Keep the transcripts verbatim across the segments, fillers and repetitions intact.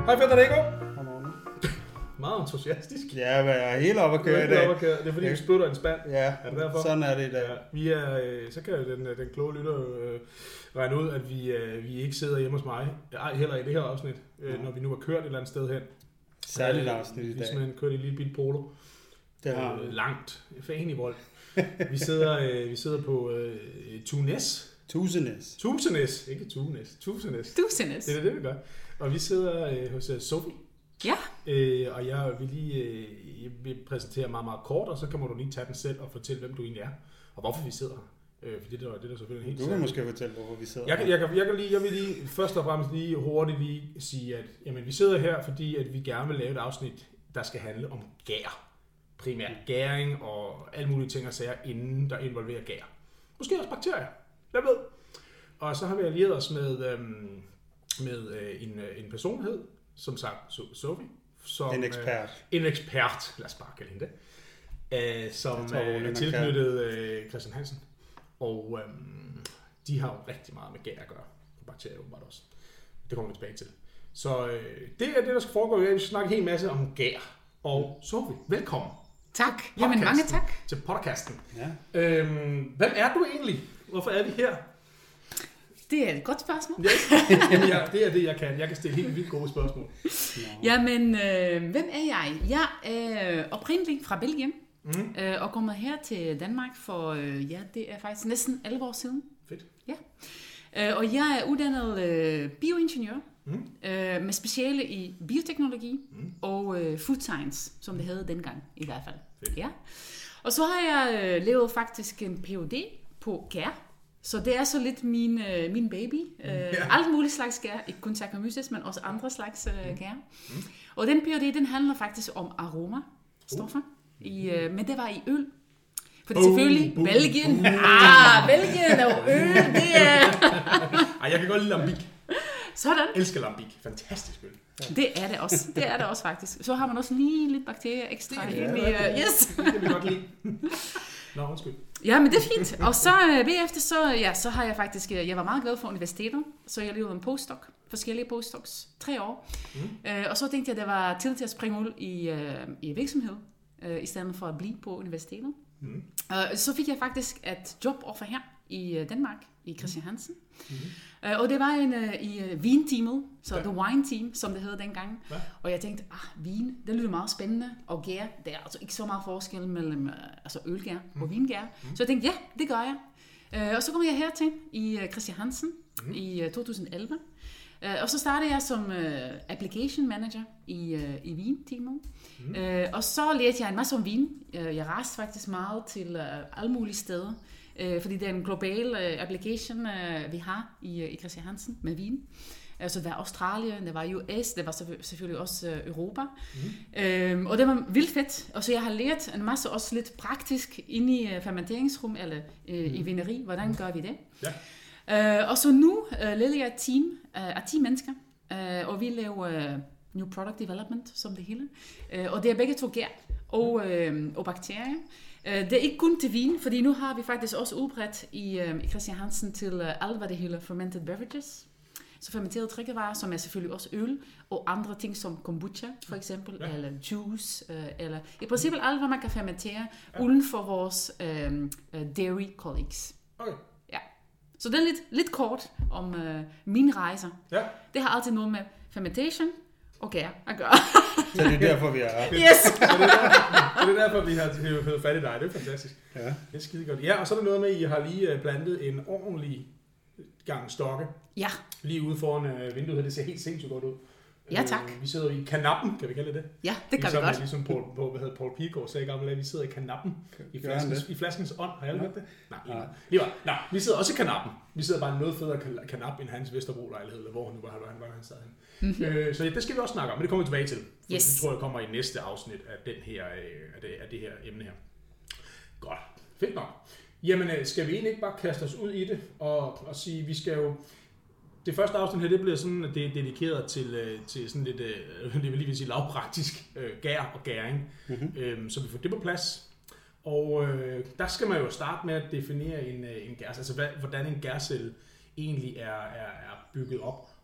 Hej Federico. Godmorgen. Meget entusiastisk. Ja, men jeg er helt oppe at køre i dag. Det er fordi, vi spytter en spand. Ja, er det derfor? Sådan er det i dag. Ja, vi er, øh, så kan den, den kloge lytter øh, regne ud, at vi, øh, vi ikke sidder hjemme hos mig. Ej, heller i det her afsnit, øh, når vi nu har kørt et eller andet sted hen. Særligt afsnit i dag. Vi har simpelthen kørt i en lille bil polo. Det har øh, Langt. Fan i vold. vi, sidder, øh, vi sidder på øh, Tunes. Tusenæs. Tusenæs. Ikke Tunes. Tusenæs. Tusenæs. Det er det, vi gør. Og vi sidder øh, hos uh, Sofie. Ja. Øh, og jeg vil lige øh, jeg vil præsentere meget, meget kort, og så kan du lige tage den selv og fortælle, hvem du egentlig er, og hvorfor vi sidder her. Øh, for det, der, det der selvfølgelig helt Du kan måske fortælle, hvorfor vi sidder jeg, jeg, jeg, jeg, kan lige, jeg vil lige først og fremmest lige hurtigt lige sige, at jamen, vi sidder her, fordi at vi gerne vil lave et afsnit, der skal handle om gær. Primært gæring og alle mulige ting og sager, inden der involverer gær. Måske også bakterier. Jeg ved. Og så har vi allieret os med, øhm, med øh, en, en personlighed, som sagt Sofie. Som, en ekspert. Øh, en ekspert, lad os bare kalde hende det. Øh, som tror, øh, er tilknyttet øh, Christian Hansen. Og øh, de har jo rigtig meget med gær at gøre. Og bakterier åbenbart også. Det kommer vi tilbage til. Så øh, det er det, der skal foregå. Vi skal snakke en hel masse om gær. Og Sofie, velkommen. Tak. Jamen mange tak. Til podcasten. Ja. Øhm, hvem er du egentlig? Hvorfor er vi her? Det er et godt spørgsmål. Ja, jamen, ja, det er det, jeg kan. Jeg kan stille helt vildt gode spørgsmål. Jamen, øh, hvem er jeg? Jeg er oprindelig fra Belgien, mm. øh, og kommer her til Danmark for, øh, ja, det er faktisk næsten elleve år siden. Fedt. Ja. Øh, og jeg er uddannet øh, bioingeniør, mm. øh, med speciale i bioteknologi mm. og øh, food science, som det hed dengang i hvert fald. Fedt. Ja. Og så har jeg øh, levet faktisk en P H D på gær. Så det er så lidt min, øh, min baby. Øh, ja. Alt muligt slags gær. Ikke kun Saccharomyces, men også andre slags øh, gær. Mm. Og den P H D, den handler faktisk om aromastoffer. Uh. I, øh, men det var i øl. For det er selvfølgelig uh, uh, Belgien. Uh, ah, Belgien og øl, det er... Ej, jeg kan godt lide lambic. Sådan. Jeg elsker lambic. Fantastisk øl. Ja. Det er det også. Det er det også faktisk. Så har man også lige lidt bakterier ekstra. Det, det, det, uh, yes. det kan vi godt lide. Nå, undskyld. Ja, men det er fint. Og så øh, efter, så, ja, så har jeg faktisk, jeg var meget glad for universitetet, så jeg levede en postdoc, forskellige postdocs, tre år. Mm. Øh, og så tænkte jeg, at det var tid til at springe ud i, øh, i virksomhed, øh, i stedet for at blive på universitetet. Mm. Øh, så fik jeg faktisk et joboffer her i øh, Danmark, i Christian Hansen. Mm. Øh, og det var en, øh, i øh, vinteamet, så ja. The Wine Team, som det hed dengang. Ja. Og jeg tænkte, ah, vin, det lyder meget spændende, og gær, der er altså ikke så meget forskel mellem øh, altså ølgær mm. og vingær. Mm. Så jeg tænkte, ja, det gør jeg. Øh, og så kom jeg hertil i øh, Christian Hansen mm. i øh, to tusind og elleve. Øh, og så startede jeg som øh, application manager i, øh, i vinteamet. Mm. Øh, og så lærte jeg en masse om vin. Øh, jeg rejste faktisk meget til øh, alle mulige steder. Øh, fordi det er en global øh, application, øh, vi har i, i Christian Hansen med vin. Øh, så det var Australien, det var U S, det var selvfølgelig også øh, Europa. Mm. Øh, og det var vildt fedt. Og så jeg har lært en masse også lidt praktisk inde i uh, fermenteringsrum, eller øh, mm. i vineri. Hvordan gør vi det? Ja. Øh, og så nu øh, leder jeg et team øh, af ti mennesker, øh, og vi laver øh, New Product Development, som det hele. Øh, og det er begge to gær og, øh, og bakterier. Det er ikke kun til vin, fordi nu har vi faktisk også udbredt i, øh, i Christian Hansen til øh, alt, hvad det hedder fermented beverages. Så fermenterede drikkevarer, som er selvfølgelig også øl, og andre ting som kombucha for eksempel, ja. Eller juice, øh, eller i princippet alt, hvad man kan fermentere, ja. Uden for vores øh, dairy colleagues. Okay. Ja. Så det er lidt, lidt kort om øh, mine rejser. Ja. Det har altid noget med fermentation og gær at gøre. Så det er derfor, vi er her. Yes! Så det er derfor, det er derfor vi har fået fat i dig. Det er fantastisk. Ja. Det er skide godt. Ja, og så er der noget med, at I har lige plantet en ordentlig gang stokke. Ja. Lige ude foran vinduet. Det ser helt sindssygt godt ud. Ja, tak. Vi sidder i kanappen, kan vi kalde det? Ja, det kan ligesom, vi godt. Ligesom Paul, på, hvad hedder Paul Pilgaard sagde i gamle dage, vi sidder i kanappen. I flaskens, i flaskens ånd. Har jeg hørt det? Nej, nej. Lige var. Nej, vi sidder også i kanappen. Vi sidder bare noget federe kanap end hans Vesterbro-lejlighed, eller hvor han nu var, han var, han sad hen. Mm-hmm. Øh, så ja, det skal vi også snakke om, men det kommer vi tilbage til. For yes. Det tror jeg kommer i næste afsnit af, den her, af, det, af det her emne her. Godt. Fedt nok. Jamen, skal vi egentlig ikke bare kaste os ud i det, og, og sige, vi skal jo... Det første afsnit her, det bliver sådan, det er dedikeret til, til sådan lidt, det vil lige vil sige lavpraktisk øh, gær og gæring, mm-hmm. øhm, så vi får det på plads. Og øh, der skal man jo starte med at definere en, en gær, altså hvad, hvordan en gærcelle egentlig er, er, er bygget op.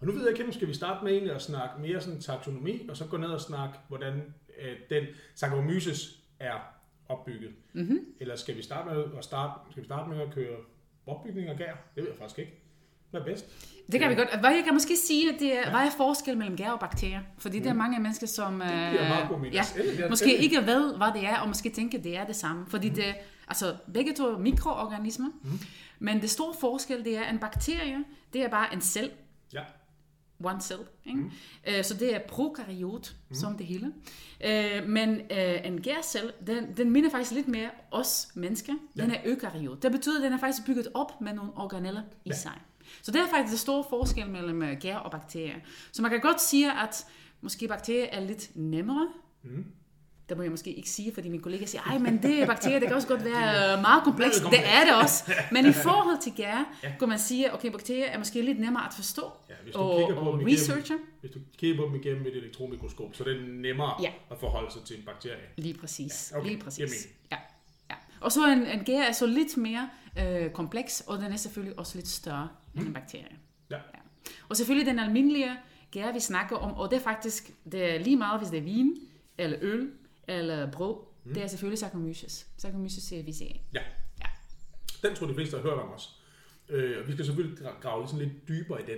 Og nu ved jeg ikke, om skal vi starte med egentlig at snakke mere sådan taksonomi, og så gå ned og snakke, hvordan øh, den Saccharomyces er opbygget. Mm-hmm. Eller skal vi starte med at starte, skal vi starte med at køre opbygning og gær? Det ved jeg faktisk ikke. Hvad er bedst? Det kan vi godt. Hvad jeg kan måske sige, at det er, ja. Hvad er forskel mellem gær og bakterier? Fordi mm. der er mange mennesker, som øh, ja, måske ikke ved, hvad det er, og måske tænker, at det er det samme. Fordi mm. det, altså, begge to er mikroorganismer, mm. men det store forskel, det er, en bakterie, det er bare en cell. Ja. One cell. Ikke? Mm. Uh, så det er prokaryot, mm. som det hele. Uh, men uh, en gærcelle, den, den minder faktisk lidt mere os mennesker. Ja. Den er eukaryot. Det betyder, at den er faktisk bygget op med nogle organeller i ja. sig. Så det er faktisk det store forskel mellem gær og bakterier. Så man kan godt sige, at måske bakterier er lidt nemmere. Mm. Det må jeg måske ikke sige, fordi min kollega siger, ej, men det bakterier, det kan også godt være meget komplekst. Det er det også. Men i forhold til gær, ja. kan man sige, okay, bakterier er måske lidt nemmere at forstå ja, hvis du og, på og dem researcher. Igennem, hvis du kigger på dem igennem et elektronmikroskop, så er det nemmere ja. at forholde sig til en bakterie. Lige præcis. Ja, okay. Lige præcis. Ja. Ja. Og så en, en gær er så lidt mere øh, kompleks, og den er selvfølgelig også lidt større mm. end en bakterie. Ja. Ja. Og selvfølgelig den almindelige gær, vi snakker om, og det er faktisk det er lige meget, hvis det er vin eller øl, eller brød, mm. det er selvfølgelig Saccharomyces. Saccharomyces cerevisiae. Ja. ja. Den tror de fleste har hørt om os. Øh, og vi skal selvfølgelig grave sådan lidt dybere i den.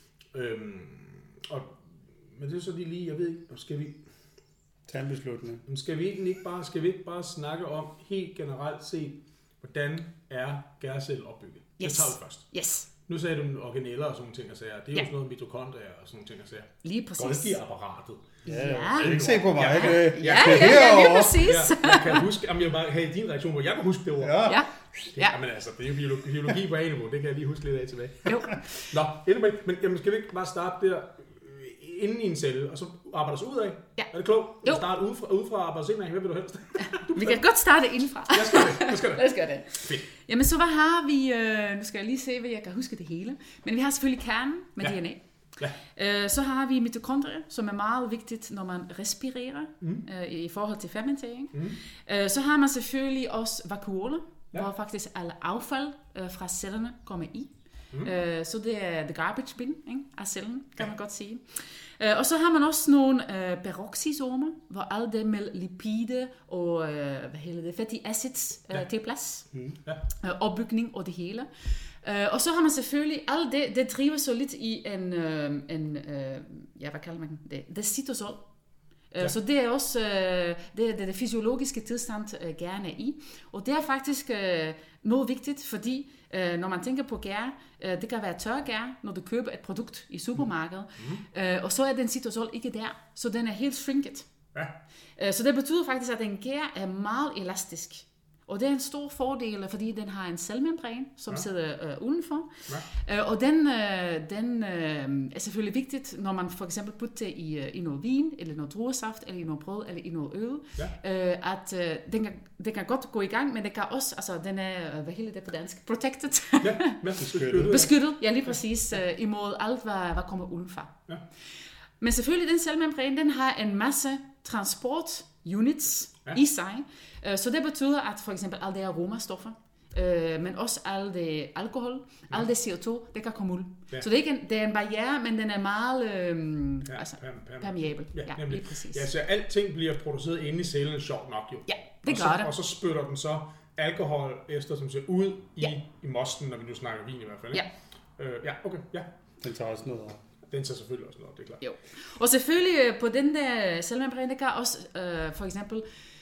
Øhm, og, men det er så lige lige, jeg ved ikke, skal vi... Tag en beslutning. Skal vi egentlig ikke bare, skal vi ikke bare snakke om helt generelt set, hvordan er gærcelle opbygget? Yes. Det tager vi først. Yes. Nu sagde du organeller og sådan nogle ting og sager. Det er jo ja. sådan noget mitokondrier og sådan nogle ting og sager. Lige præcis. Golgi-apparatet. Ja, ja. Ikke se på mig. Ja, ikke? ja, ja, ja, lige præcis. Ja, jeg kan huske, om jeg bare have din reaktion, hvor jeg kan huske det ord. Ja. Ja. Ja. Jamen altså, det er jo biologi, biologi på A-niveau, det kan jeg lige huske lidt af tilbage. Jo. Nå, endnu men jamen, skal vi ikke bare starte der inden i en celle, og så arbejder sig ud af? Ja. Er det klogt? Jo. Starte udefra, udefra og arbejde sig af, hvad vil du helst? Du vi kan godt starte indenfra. Lad os gøre det. Lad os gøre det. Lad os gøre det. Fedt. Jamen så hvad har vi, øh, nu skal jeg lige se, hvad jeg kan huske det hele, men vi har selvfølgelig kernen med ja. D N A. Ja. Øh, så har vi mitokondrier, som er meget vigtigt, når man respirerer mm. øh, i forhold til fermentering. Mm. Øh, så har man selvfølgelig også vakuoler, ja. hvor faktisk alle affald øh, fra cellerne kommer i. Mm. Øh, så det er the garbage bin, ikke, af cellen, kan ja. man godt sige. Øh, og så har man også nogle øh, peroxisomer, hvor alle det med lipide og øh, hvad hedder det, fatty acids øh, ja. til plads. Mm. Ja. Øh, opbygning og det hele. Øh, og så har man selvfølgelig alt det, det driver så lidt i en, øh, en øh, ja, hvad kalder man det? Det er cytosol. Ja. Så det er også øh, det, er det fysiologiske tilstand øh, gerne er i. Og det er faktisk øh, noget vigtigt, fordi øh, når man tænker på gær, øh, det kan være tørgær, når du køber et produkt i supermarkedet, mm. øh, og så er den cytosol ikke der, så den er helt shrinked. Ja. Øh, så det betyder faktisk, at en gær er meget elastisk. Og det er en stor fordel, fordi den har en cellemembran, som ja. sidder øh, udenfor. Ja. Øh, og den, øh, den øh, er selvfølgelig vigtigt, når man for eksempel putter det i, øh, i noget vin, eller noget druesaft, eller i noget brød, eller i noget øl. Ja. Øh, at øh, den, kan, den kan godt gå i gang, men den kan også, altså den er, hvad hedder det på dansk? Protected. Ja, beskyttet. Beskyttet, ja lige præcis, øh, imod alt, hvad, hvad kommer udenfor. Ja. Men selvfølgelig, den cellemembran, den har en masse transport units ja. i sig. Så det betyder, at for eksempel alle de aromastoffer, øh, men også alle det alkohol, ja. alle det C O to, det kan komme ud. Ja. Så det er, ikke en, det er en barriere, men den er meget øh, ja, altså, permeabel. Ja, ja, lige præcis. Ja, så alting bliver produceret inde i cellen, sjovt nok jo. Ja, det og gør så, det. Og så spytter den så alkohol, ester, som ser ud i, ja. i mosten, når vi nu snakker vin i hvert fald. Ikke? Ja. Øh, ja, okay, ja. Den tager også noget op. Den tager selvfølgelig også noget op, det er klart. Jo. Og selvfølgelig på den der cellemembran, det kan også øh, for eksempel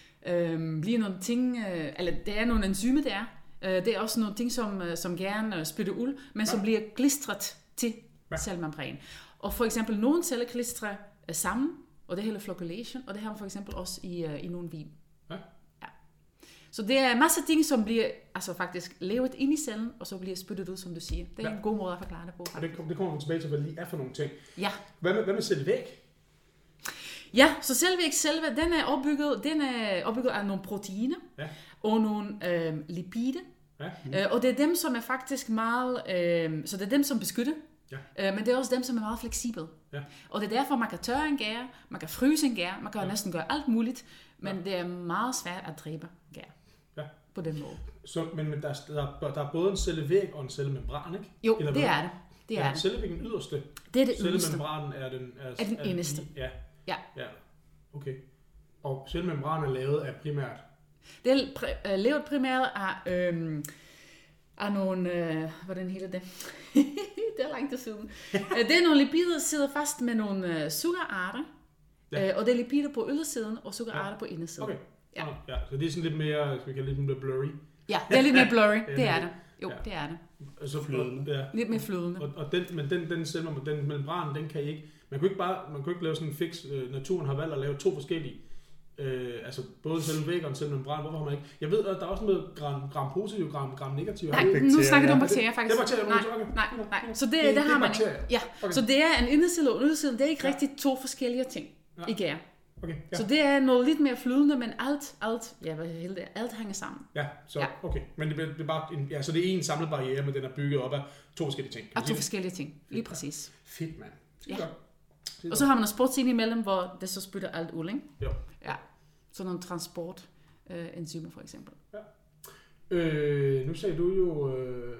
øh, blive nogle ting, øh, eller det er nogle enzymer der, øh, det er også nogle ting, som, øh, som gerne spytter ud, men ja. som bliver klistret til ja. cellemembran. Og for eksempel nogle celler klistrer øh, sammen, og det hedder flocculation, og det har man for eksempel også i, øh, i nogle vin. Ja. Ja. Så det er en masse ting, som bliver altså faktisk levet ind i cellen, og så bliver spyttet ud, som du siger. Det er ja. en god måde at forklare det på. Og det, det kommer vi tilbage til, hvad det lige er for nogle ting. Ja. Hvad med, hvad med cellevæg? Ja, så selvvæg selve, den er opbygget, den er opbygget af nogle proteiner ja. og nogle øh, lipide. Ja. Mm. Øh, og det er dem, som er faktisk meget, øh, så det er dem, som beskytter. Ja. Øh, men det er også dem, som er meget fleksible. Ja. Og det er derfor, man kan tørre en gær, man kan fryse en gær, man kan ja. næsten gøre alt muligt, men ja. det er meget svært at dræbe gær. Ja. På den måde. Så, men men der, der, der er både en cellevæg og en cellemembran, ikke? Jo, Eller det er det. Det er ja, det. Selve den yderste. Det er det selve yderste. membranen er den, er, er den er inderste. Ja. Ja. ja. Okay. Og selve membranen er lavet af primært? Det er pr- uh, lavet primært af, øhm, af nogle... Øh, hvordan hedder det? Det er langt til siden. Det er nogle lipider, der sidder fast med nogle uh, sukkerarter. Ja. Uh, og det er lipider på ydersiden og sukkerarter ja. på indersiden. Okay. Ja. ja. Så det er sådan lidt mere, skal vi kalde det lidt mere blurry? Ja, det er lidt mere blurry. Det er det. Jo, ja. det er det. Så flydende. Ja. Lidt mere flydende. Og, og den, men den, den, selv, den membran, den kan I ikke... Man kan ikke bare, man kan ikke lave sådan en fix. Øh, naturen har valgt at lave to forskellige. Øh, altså både selve væg og selve membran. Hvorfor har man ikke? Jeg ved, at der er også noget gram, gram positiv, gram, gram negativ. Nej, nu snakker du om bakterier faktisk. Det er bakterier. Nej, okay. nej, nej. Så det, det, det, det har det man ikke. Ja. Okay. Så det er en inderside og uderside. Det er ikke ja. rigtig to forskellige ting ja. i gær. Okay, ja. Så det er noget lidt mere flydende, men alt, alt, ja, hvad hedder det, alt hænger sammen. Ja, så ja. okay. Men det, det er bare en, ja, så det er en samlet barriere, men den er bygget op af to forskellige ting. Af to forskellige ting, lige præcis. Fedt, mand. Ja. Og så har man noget spots ind imellem, hvor det så spytter alt ud, ikke? Jo. Ja. Sådan nogle transport øh, enzymer for eksempel. Ja. Øh, nu sagde du jo øh,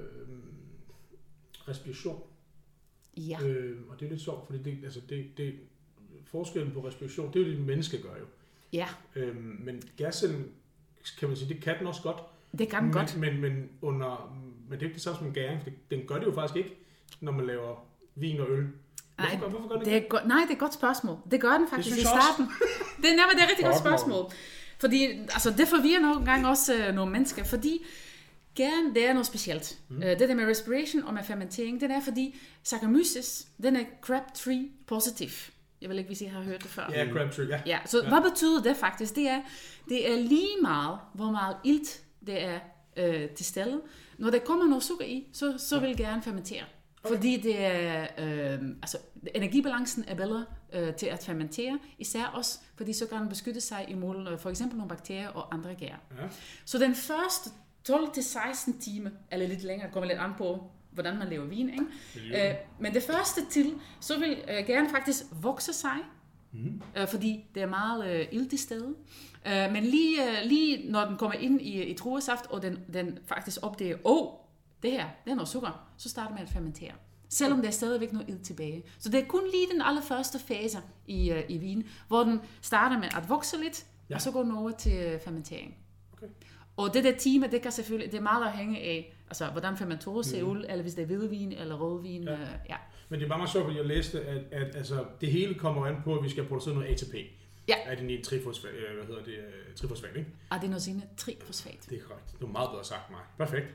respiration. Ja. Øh, og det er lidt sjovt, fordi det, altså det, det forskellen på respiration, det er jo det, det menneske gør jo. Ja. Øhm, men gascellen, kan man sige, det kan den også godt. Det kan den men, godt. Men, men, under, men det er ikke det samme som en gæring, for det, den gør det jo faktisk ikke, når man laver vin og øl. Hvorfor, Nej, hvorfor gør den det er go- nej, det er et godt spørgsmål. Det gør den faktisk i det starten. Det er nemlig det er et rigtig godt spørgsmål. Fordi altså, det forvirrer nogle gange også øh, nogle mennesker, fordi gæren, det er noget specielt. Mm. Uh, det der med respiration og med fermentering, det er fordi Saccharomyces, den er Crabtree positiv. Jeg vil ikke, hvis I har hørt det før. Ja, Crabtree, ja. Ja, så ja. Hvad betyder det faktisk? Det er, det er lige meget, hvor meget ilt det er øh, til stede. Når der kommer noget sukker i, så, så vil gæren fermentere. Okay. Fordi det er, øh, altså, energibalancen er bedre øh, til at fermentere, især også, fordi så kan den beskytte sig imod øh, for eksempel nogle bakterier og andre gærer. Ja. Så den første tolv til seksten timer, eller lidt længere, kommer lidt an på, hvordan man laver vin, ikke? Øh, men det første til, så vil øh, gæren faktisk vokse sig, mm. øh, fordi det er meget øh, ilt i stedet. Øh, men lige, øh, lige når den kommer ind i, i druesaft, og den, den faktisk opdager, åh, oh, det her, det er noget sukker, så starter man at fermentere. Selvom der er stadigvæk noget ilt tilbage. Så det er kun lige den allerførste fase i, uh, i vin, hvor den starter med at vokse lidt, ja. Og så går den over til fermentering. Okay. Og det der time, det kan selvfølgelig, det er meget afhængigt af, altså hvordan fermentorer ser ud, mm. eller hvis det er hvidvin eller rødvin. Ja. Uh, ja. Men det er bare meget sjovt, fordi jeg læste, at, at altså, det hele kommer an på, at vi skal producere noget A T P. Ja. Er det en trifosfat, hvad hedder det, trifosfat, ikke? Adenosine trifosfat. Det er korrekt. Det var meget bedre sagt mig. Perfekt.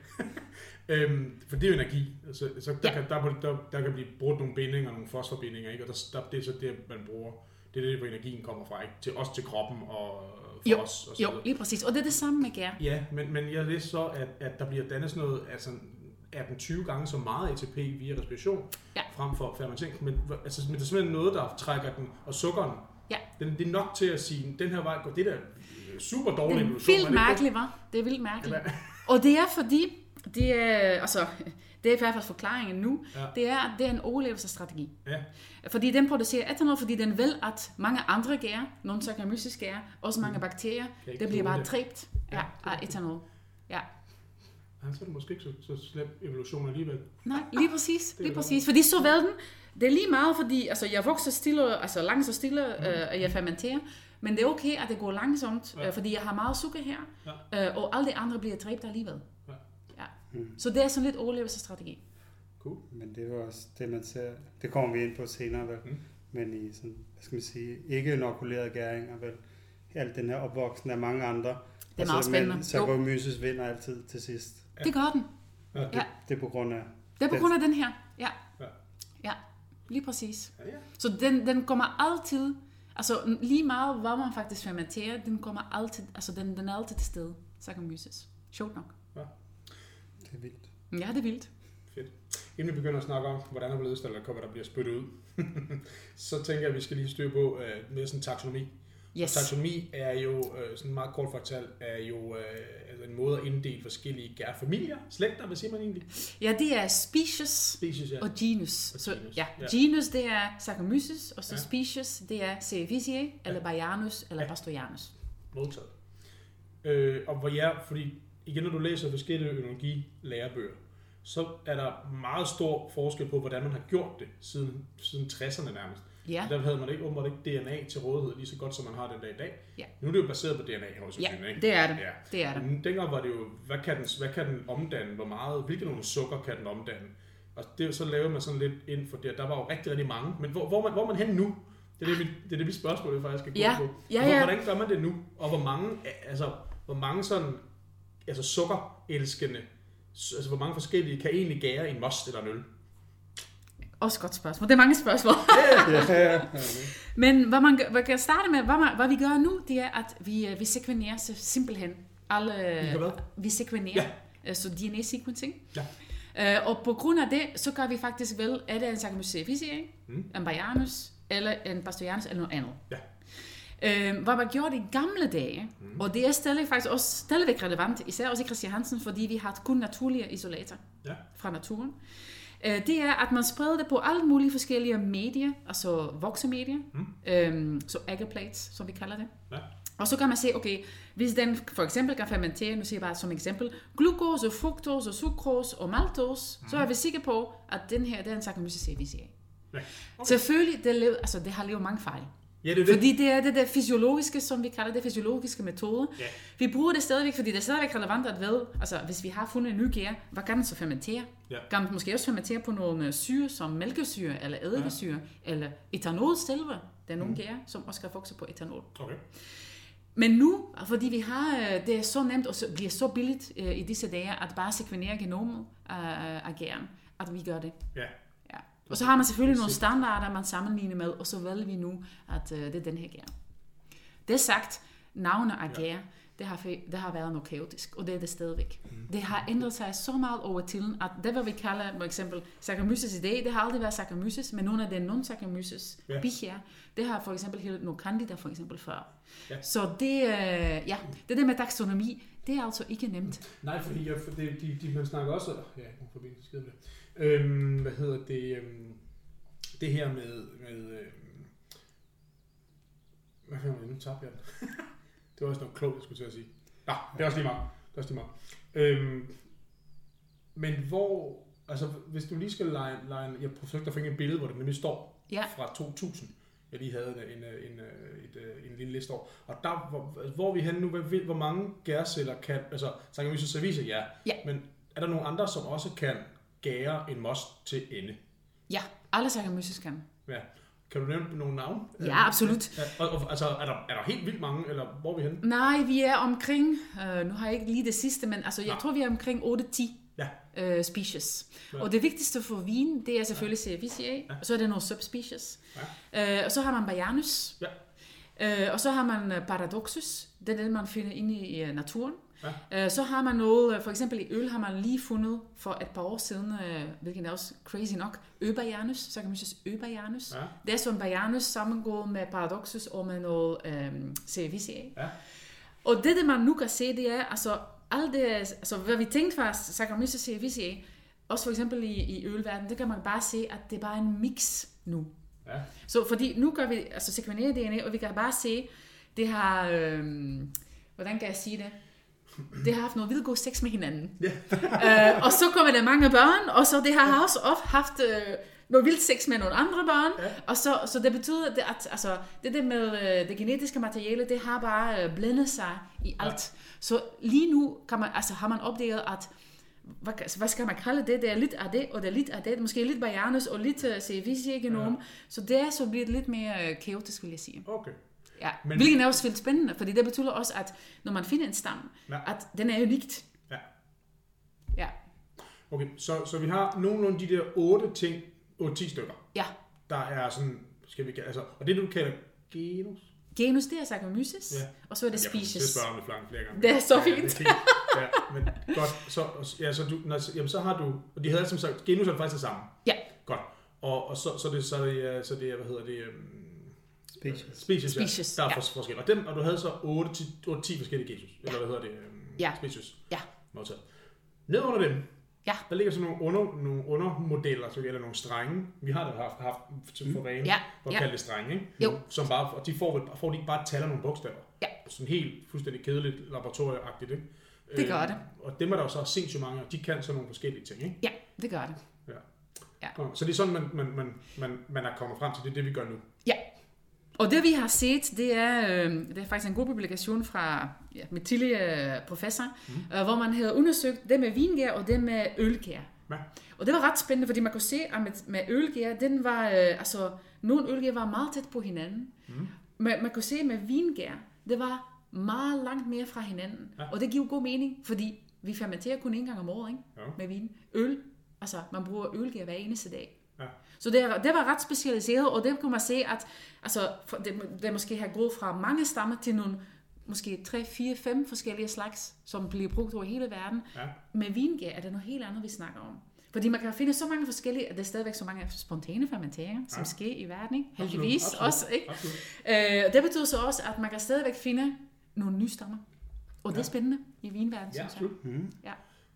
øhm, for det er jo energi. Altså, så der, ja. kan, der, der, der kan blive brugt nogle bindinger, nogle fosforbindinger, ikke? Og der, der, det er så det, man bruger. Det er det, hvor energien kommer fra, ikke? Til os, til kroppen og for jo, os. Og så jo, lige præcis. Og det er det samme med gær. Ja, men, men jeg læste så, at, at der bliver dannet sådan noget, altså atten til tyve gange så meget A T P via respiration, ja. Frem for fermentering. Men, altså, men det er simpelthen noget, der trækker den, og sukkeren. Ja. Den, det er nok til at sige, den her vej går, det der super dårlig evolution. Det er vildt mærkeligt, hva'? Det er vildt mærkeligt. Ja. Og det er fordi, det er, altså, det er i hvert fald forklaringen nu, ja. det er, at det er en overlevelsesstrategi. Ja. Fordi den producerer etanol, fordi den vil, at mange andre gærer, nogle Saccharomyces gærer, også mange bakterier, det bliver bare dræbt ja, af etanol. Ja. Han så er det måske ikke så, så slem evolution alligevel. Nej, lige præcis. Lige præcis. Fordi så vel den, det er lige meget, fordi altså, jeg vokser stille, altså langt og stille, mm. øh, jeg fermenterer, men det er okay, at det går langsomt, ja. øh, fordi jeg har meget sukker her, ja. øh, og alle de andre bliver dræbt alligevel. Ja. Ja. Mm. Så det er sådan lidt overlevelsesstrategi. Cool. Men det er også det, man ser, det kommer vi ind på senere, vel? Mm. Men i sådan, hvad skal man sige, ikke inokulerede gæringer, vel? Alt den her opvoksen af mange andre. Det er meget altså, spændende. Men Saccharomyces vinder altid til sidst. Ja. Det gør den. Ja, det, ja. det er på grund af... Det er på grund af den her, ja. Ja, ja. Lige præcis. Ja, ja. Så den, den kommer altid, altså lige meget, hvor man faktisk fermenterer, den kommer altid, altså den, den er altid til stede, Saccharomyces. Sjovt nok. Ja. Det er vildt. Ja, det er vildt. Fedt. Inden vi begynder at snakke om, hvordan der bliver eller hvad der bliver spyttet ud, så tænker jeg, at vi skal lige styre på uh, mere sådan taksonomi. Yes. Taksonomi er jo, øh, sådan meget kort fortalt, er jo øh, altså en måde at inddele forskellige gærfamilier, slægter, hvad siger man egentlig? Ja, det er species, species ja. og genus. Og så, genus. Ja, ja. Genus, det er Saccharomyces, og så ja. Species, det er Cerevisiae, eller ja. Bayanus, eller ja. Pasteurianus. Modtaget. Øh, og hvor jeg, fordi igen, når du læser forskellige ønologi-lærebøger, så er der meget stor forskel på, hvordan man har gjort det siden, siden tresserne nærmest. Ja. Der havde man ikke åbenbart ikke D N A til rådighed lige så godt, som man har den dag i dag. Ja. Nu er det jo baseret på D N A hos ja, ikke? det er det. Ja. det er det. Men dengang var det jo, hvad kan den, hvad kan den omdanne, hvor meget, hvilke nogle sukker kan den omdanne? Og det, så lavede man sådan lidt ind for det, der var jo rigtig, rigtig mange. Men hvor, hvor, man, hvor er man hen nu? Det er det, mit, det, er det mit spørgsmål, jeg faktisk skal gå ja. på. Ja, ja. Hvordan gør man det nu? Og hvor mange, altså, hvor mange sådan, altså sukkerelskende, altså hvor mange forskellige kan egentlig gære en most eller en øl? Også godt spørgsmål. Det er mange spørgsmål. Men hvad man hvad kan starte med, hvad, man, hvad vi gør nu, det er, at vi, vi sekvenerer simpelthen alle, vi sekvenerer, ja. Så D N A-sequencing. Ja. Og på grund af det, så gør vi faktisk vel, er det en Saccharomyces cerevisiae, mm. en Bayanus, eller en Pasteurianus, eller noget andet. Ja. Øh, hvad man gjorde i gamle dage, mm. og det er stadig faktisk også stadigvæk relevant, især også i Christian Hansen, fordi vi har kun naturlige isolater ja. Fra naturen. Øh, det er, at man spreder det på alle mulige forskellige medier, altså voksemedier, mm. øhm, så agarplates, som vi kalder det. Ja. Og så kan man se, okay, hvis den for eksempel kan fermentere, nu siger jeg bare som eksempel, glukose, fruktose, sukrose og maltose, mm. så er vi sikre på, at den her, det er en Saccharomyces cerevisiae. Ja. Okay. Selvfølgelig, det, lever, altså, det har levet mange fejl. Ja, det er det. Fordi det er det der fysiologiske, som vi kalder det, fysiologiske metode. Ja. Vi bruger det stadigvæk, fordi det er stadigvæk relevant at vide, altså hvis vi har fundet en ny gær, hvad kan den så fermentere? Ja. Kan den måske også fermentere på nogle syre, som mælkesyre, eller eddikesyre, ja. Eller etanol selve. Der er nogle mm. gær, som også kan fokusere på etanol. Okay. Men nu, fordi vi har, det er så nemt, og så bliver så billigt i disse dage, at bare sekvenere genomet af, af gæren, at vi gør det. Ja. Og så har man selvfølgelig nogle standarder, man sammenligner med, og så vælger vi nu, at uh, det er den her gær. Det er sagt, navnet af gær, det har, det har været noget kaotisk, og det er det stadigvæk. Mm. Det har ændret sig så meget over tiden, at det, hvad vi kalder, for eksempel, Saccharomyces i dag, det har aldrig været Saccharomyces, men nogle af de non-Saccharomyces ja. Bichia, det har for eksempel heddet noget Candida for eksempel før. Ja. Så det, uh, ja, det der med taksonomi, det er altså ikke nemt. Nej, fordi jeg, for det, de, de, man snakker også, ja, jeg kommer forbi, skide med det. Øhm, hvad hedder det, øhm, det her med, med øhm, hvad fanden var det nu, tabte jeg den? Det var også noget klogt, jeg skulle til at sige. Nå, det er også lige meget, det er også lige meget. Øhm, men hvor, altså hvis du lige skal lege, lege jeg forsøgte at finde et billede, hvor det nemlig står ja. Fra to tusind, jeg lige havde en, en, en, et, en lille liste over, og der, hvor, hvor er vi henne nu, hvor, hvor mange gærceller kan, altså Saccharomyces cerevisiae, ja, ja, men er der nogle andre, som også kan gære en most til ende? Ja, alle Saccharomyces kan. Ja. Kan du nævne nogle navne? Ja, absolut. Ja, og, og, altså, er der, er der helt vildt mange, eller hvor er vi henne? Nej, vi er omkring, øh, nu har jeg ikke lige det sidste, men altså, jeg ja. tror, vi er omkring otte til ti ja. øh, species. Ja. Og det vigtigste for vin, det er selvfølgelig Cerevisiae, ja. Og så er der nogle subspecies. Ja. Øh, og så har man Bayanus. Ja. Øh, og så har man Paradoxus, det er det, man finder inde i uh, naturen. Ja. Så har man noget, for eksempel i øl har man lige fundet for et par år siden, hvilket er også crazy nok, Øbayanus, så kan man sige Øbayanus. Ja. Det er som Bayanus sammengår med Paradoxus og med noget um, Cerevisiae. Ja. Og det, det man nu kan se, det er, altså, alt det, altså hvad vi tænkte var Saccharomyces cerevisiae, også for eksempel i, i ølverdenen, det kan man bare se, at det er bare en mix nu. Ja. Så fordi nu kan vi altså sekvenere D N A, og vi kan bare se, det har, øhm, hvordan kan jeg sige det? Det har haft noget vildt god sex med hinanden. Yeah. øh, og så kommer der mange børn, og så det har også ofte haft øh, noget vildt sex med nogle andre børn. Yeah. Og så, så det betyder, at altså, det der med øh, det genetiske materiale, det har bare øh, blandet sig i alt. Yeah. Så lige nu kan man, altså, har man opdaget, at hvad, hvad skal man kalde det? Det er lidt af det, og det er lidt af det. Måske lidt Bayanus og lidt uh, Cerevisiae-genom. Yeah. Så det er så blevet lidt mere uh, kaotisk, vil jeg sige. Okay. Ja, men, hvilken er også vildt spændende, fordi det betyder også, at når man finder en stamme, ja. At den er unikt. Ja. Ja. Okay, så, så vi har nogenlunde de der otte ting, otte ti stykker. Ja. Der er sådan, skal vi altså, og det du kalder genus? Genus, det er Saccharomyces, ja. Og så er det species. Jeg får spørge om det flere, flere gange. Det er så fint. Ja, ja, men godt, så, ja, så, du, når, jamen, så har du, og de havde som sagt, genus er faktisk det samme. Ja. Godt, og, og så, så, det, så, det, så det er, hvad hedder det, Species. Species, ja. Species, der er ja. forskel. Og, dem, og du havde så otte til ti forskellige genus, ja. Eller hvad hedder det? Um, ja. Species. Ja. Modtaget. Ned under dem, ja. Der ligger sådan nogle, under, nogle undermodeller, så eller nogle strenge. Vi har da haft, haft til for vane, ja. For at ja. kalde det strenge, ikke? Jo. Som bare, og de får, får de ikke bare taller nogle bogstaver. Ja. Sådan helt fuldstændig kedeligt, laboratorieagtigt, ikke? Det gør det. Øh, og dem er der jo så sindssygt mange, og de kan så nogle forskellige ting, ikke? Ja, det gør det. Ja. Ja. Så det er sådan, man, man, man, man, man er kommet frem til, det er det, vi gør nu. Ja. Og det vi har set, det er, øh, det er faktisk en god publikation fra ja, med tidligere professor, mm. øh, hvor man havde undersøgt det med vingær og det med ølgær. Ja. Og det var ret spændende, fordi man kunne se, at med, med ølgær, den var, øh, altså, nogle ølgær var meget tæt på hinanden. Mm. Men man kunne se med vingær, det var meget langt mere fra hinanden. Ja. Og det giver god mening, fordi vi fermenterer kun en gang om året, ikke? Ja. Med vin. Øl, altså man bruger ølgær hver eneste dag. Ja. Så det, det var ret specialiseret, og det kunne man se, at altså, det, det måske har gået fra mange stammer til nogle, måske tre, fire, fem forskellige slags, som bliver brugt over hele verden. Ja. Med vingær er det noget helt andet, vi snakker om. Fordi man kan finde så mange forskellige, at der er stadigvæk så mange spontane fermenteringer, som ja. sker i verden, ikke? Heldigvis absolut, også. Ikke? Absolut. Øh, det betyder så også, at man kan stadigvæk finde nogle nye stammer. Og ja. det er spændende i vinverdenen, ja, synes jeg. Mm. Ja.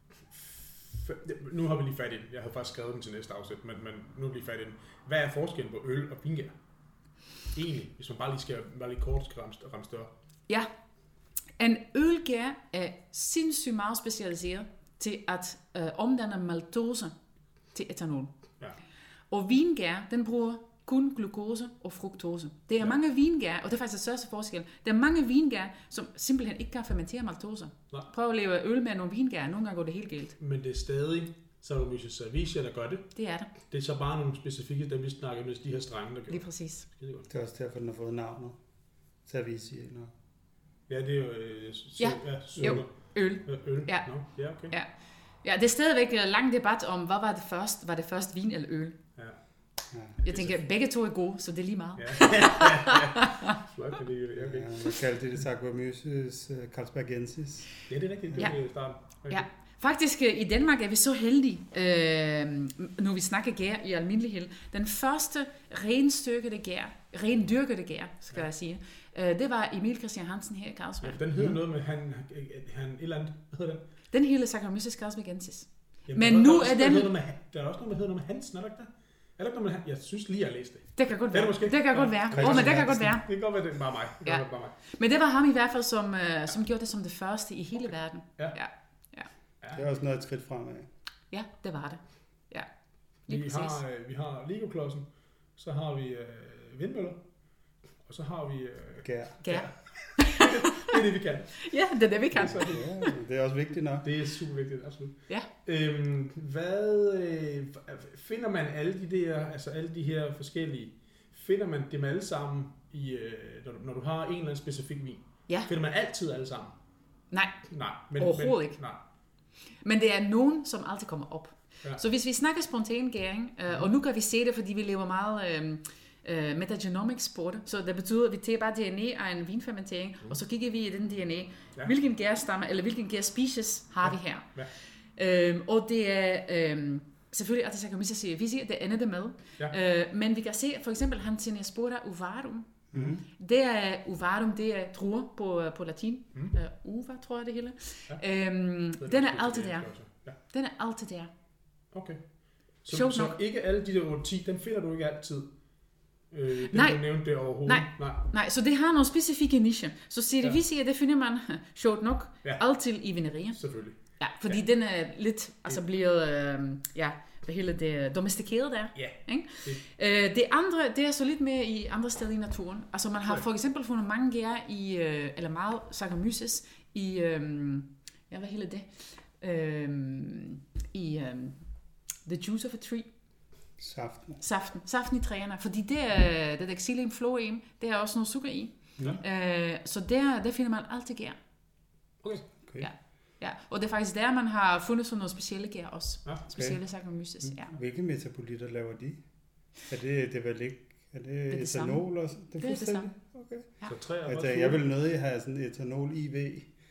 Nu har vi lige fat i den. Jeg havde faktisk skrevet den til næste afsnit, men, men nu er vi lige fat i den. Hvad er forskellen på øl og vingær? Egentlig, hvis man bare lige skal bare lige kort skal ramme større. Ja, en ølgær er sindssygt meget specialiseret til at øh, omdanne maltose til etanol. Ja. Og vingær, den bruger kun glukose og fruktose. Det er ja. mange vingær, og det er faktisk den største forskel. Der er mange vingær, som simpelthen ikke kan fermentere maltose. Nej. Prøv at lave øl med nogle vingær, nogle gange går det helt galt. Men det er stadig Saccharomyces cerevisiae, der gør det. Det er det. Det er så bare nogle specifikke, dem vi snakker med, de her strenge, der gør. Lige præcis. Det er også derfor, den har fået navnet. Cerevisiae. Ja, det er jo... Øh, ja, ja jo, øl. Øl, ja. No. Ja, okay. Ja. Ja, det er stadigvæk en lang debat om, hvad var det først? Var det først vin eller øl? Ja. Ja. Jeg tænker, at begge to er gode, så det er lige meget. Ja, ja, ja. Flot, det er okay. Ja, man kalder det Saccharomyces carlsbergensis. Ja, det er rigtigt. Det er ja. starten. Okay. Ja. Faktisk i Danmark er vi så heldige, øh, når vi snakker gær i almindelighed. Den første renstyrkede gær, rendyrkede gær, skal ja. jeg sige, øh, det var Emil Christian Hansen her i Carlsberg. Ja, den hedder mm. noget med, han, han et eller andet, hvad hedder den? Den hedder Saccharomyces carlsbergensis. Jamen, men nu er den... Med, der er også noget, der hedder noget med Hansen, er der ikke der? Er der ikke noget med Jeg synes lige, jeg læste det. Det kan godt være. Det, det kan godt være. Åh, oh, men det kan godt være. Det kan godt være, det er bare mig. Det ja. bare mig. Men det var ham i hvert fald, som, uh, som gjorde det som det første i hele okay. verden. Ja. Ja. Ja. Det er også noget et skridt fremad. Ja, det var det. Ja. Vi har, øh, vi har Lego-klodsen, så har vi øh, vindmøller, og så har vi... Øh, gær. Gær. Det er det, vi kan. Ja, det er det, vi kan. Det er, ja, det er også vigtigt nok. Det er super vigtigt, absolut. Ja. Øhm, hvad øh, finder man alle de der, altså alle de her forskellige, finder man dem alle sammen i, øh, når, du, når du har en eller anden specifik vin? Ja. Finder man altid alle sammen? Nej. Nej. Men, overhovedet men, ikke. Nej. Men det er nogen, som altid kommer op. Ja. Så hvis vi snakker spontan gæring, øh, og nu kan vi se det, fordi vi lever meget øh, øh, metagenomics på det, så det betyder, at vi tager bare D N A af en vinfermentering, mm. og så kigger vi i den D N A, ja. hvilken gærstamme, eller hvilken gærspecies har ja. vi her. Ja. Øhm, og det er øh, selvfølgelig, at det Saccharomyces cerevisiae, det ender det med. Ja. Øh, men vi kan se, for eksempel, Hanseníaspora uvarum. Mm. Det er uvarum, det er druer på, på latin. Mm. Uh, uva, tror jeg det hele. Ja. Øhm, den er altid der. Ja. Den er altid der. Okay. Så, så ikke alle de der otte ti, den finder du ikke altid? Øh, den nej. Du nævnte det overhovedet? Nej. Nej. Nej, så det har nogle specifikke nicher. Så cerevisiae, ja. det finder man, sjovt nok, ja. altid i vinerier. Selvfølgelig. Ja, fordi ja. den er lidt, altså ja. blevet, øh, ja, det hele det domestikeret der. Ja. Ikke? Det. Øh, det andre, det er så lidt mere i andre steder i naturen. Altså man har for eksempel fundet mange gær i, øh, eller meget Saccharomyces i, øh, ja, hvad hele det? Øh, I øh, The Juice of a Tree. Saften. Saften. Saften i træerne. Fordi det er, det er Xylem phloem, det er også noget sukker i. Ja. Øh, så der, der finder man altid gær. Okay. okay. Ja. Ja, og det er faktisk der, man har fundet sådan nogle specielle gær også. Ja. Specielle Saccharomyces, ja. Hvilke metabolitter laver de? Er det, det er vel ikke, er det, det, det etanol også? Det er det, er det samme. Okay. Ja. Så tre altså, jeg vil nødig have sådan etanol I V.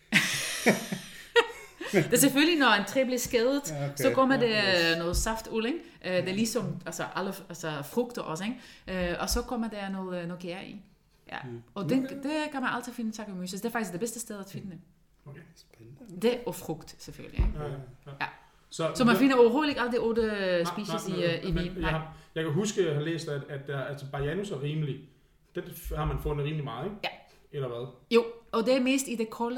Det er selvfølgelig, når en træ bliver skadet, ja, okay. så kommer det ja, noget saftuld, ikke? Det er ligesom altså, alle, altså, frugter også, ikke? Og så kommer der noget, noget gær i. Ja. Mm. Og den, det kan man altid finde Saccharomyces. Det er faktisk det bedste sted at finde det. Okay. Spændende. Det og frugt, selvfølgelig. Ikke? Ja, ja. Ja. Så, så man finder overhovedet ikke alle de otte nej, species nej, nej, i, i vin. Jeg, har, jeg kan huske, at jeg har læst, at, at der, altså Barjanus er rimelig. Det har man fundet rimelig meget, ikke? Ja. Eller hvad? Jo, og det er mest i det kolde,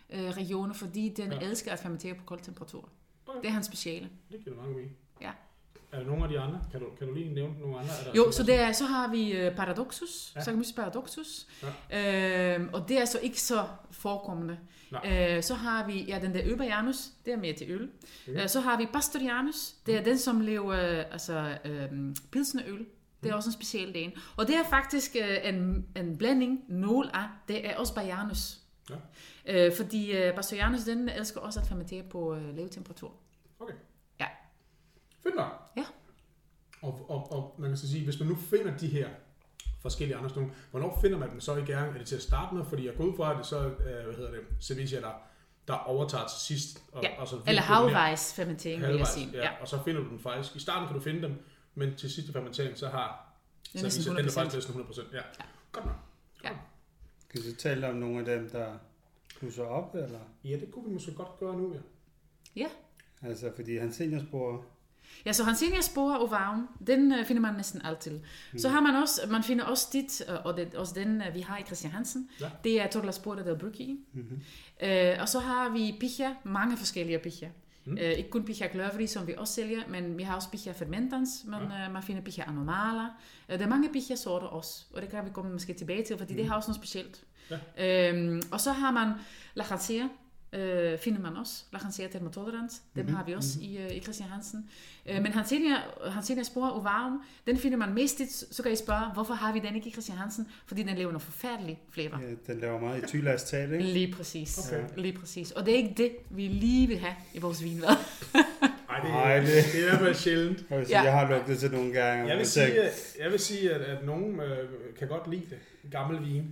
øh, regioner, fordi den ja. elsker at fermentere på kold temperatur. Okay. Det er hans speciale. Det giver mange mening. Ja. Er der nogle af de andre? Kan du, kan du lige nævne nogle andre? Er der jo, så, det er, så har vi uh, Paradoxus, ja. Saccharomyces paradoxus, ja. øh, og det er så ikke så forekommende. Øh, så har vi ja, den der Öberjanus, det er mere til øl. Okay. Øh, så har vi Pastorianus, det er mm. den, som lever altså, øh, pilsnerøl. Det er også en speciel en. Og det er faktisk øh, en, en blanding, nogle af, det er også Bajanus. Ja. Øh, fordi øh, Pastorianus, den elsker også at fermentere på øh, lav temperatur. Okay. Ja. Fedt nok. Ja. Og, og, og man kan så sige, hvis man nu finder de her forskellige andre sådan, hvornår finder man dem så i gang? Er det til at starte med? Fordi jeg går ud fra, at det så, øh, hvad hedder det, Cerevisia, der, der overtager til sidst. Og, ja. og så eller halvvejs fermentering, vil jeg sige. Ja. Ja. Og så finder du dem faktisk. I starten kan du finde dem, men til sidste fermentering, så har den er Cerevisia, den er faktisk næsten hundrede procent. Ja. Ja. Godt nok. Ja. Kan du tale om nogle af dem, der plusser op, eller? Ja, det kunne vi måske godt gøre nu, ja. Ja. Altså, fordi han seniorsporer. Ja, så Hansenia spore ovarum, den uh, finder man næsten altid. Mm. Så har man også, man finder også dit, uh, og det, også den uh, vi har i Christian Hansen, ja. Det er Torlaspora del Brucchi. Mm-hmm. Uh, og så har vi Pichia, mange forskellige Pichia. Mm. Uh, ikke kun Pichia gløveri, som vi også sælger, men vi har også Pichia fermentans, man, ja. uh, man finder Pichia anomala. Uh, der er mange Pichia sorter også, og det kan vi komme måske tilbage til, fordi mm. det har også noget specielt. Ja. Uh, og så har man Lachantia. Øh, finder man også. Lachantia thermotolerans. Dem mm-hmm. har vi også mm-hmm. i, uh, i Christian Hansen. Uh, men Hansenia, Hansenia spore ovarum, den finder man mest i, så kan I spørge, hvorfor har vi den ikke i Christian Hansen? Fordi den laver noget forfærdeligt flavor. Ja, den laver meget i tylastat, ikke? Lige præcis. Okay. Lige præcis. Og det er ikke det, vi lige vil have i vores vinvad. Ej, det, Ej, det, det er i hvert fald sjældent. Jeg vil sige, ja. Jeg har lugtet til nogle gange. Jeg vil sige, at, jeg vil sige, at, at nogen øh, kan godt lide det. Gammel vin.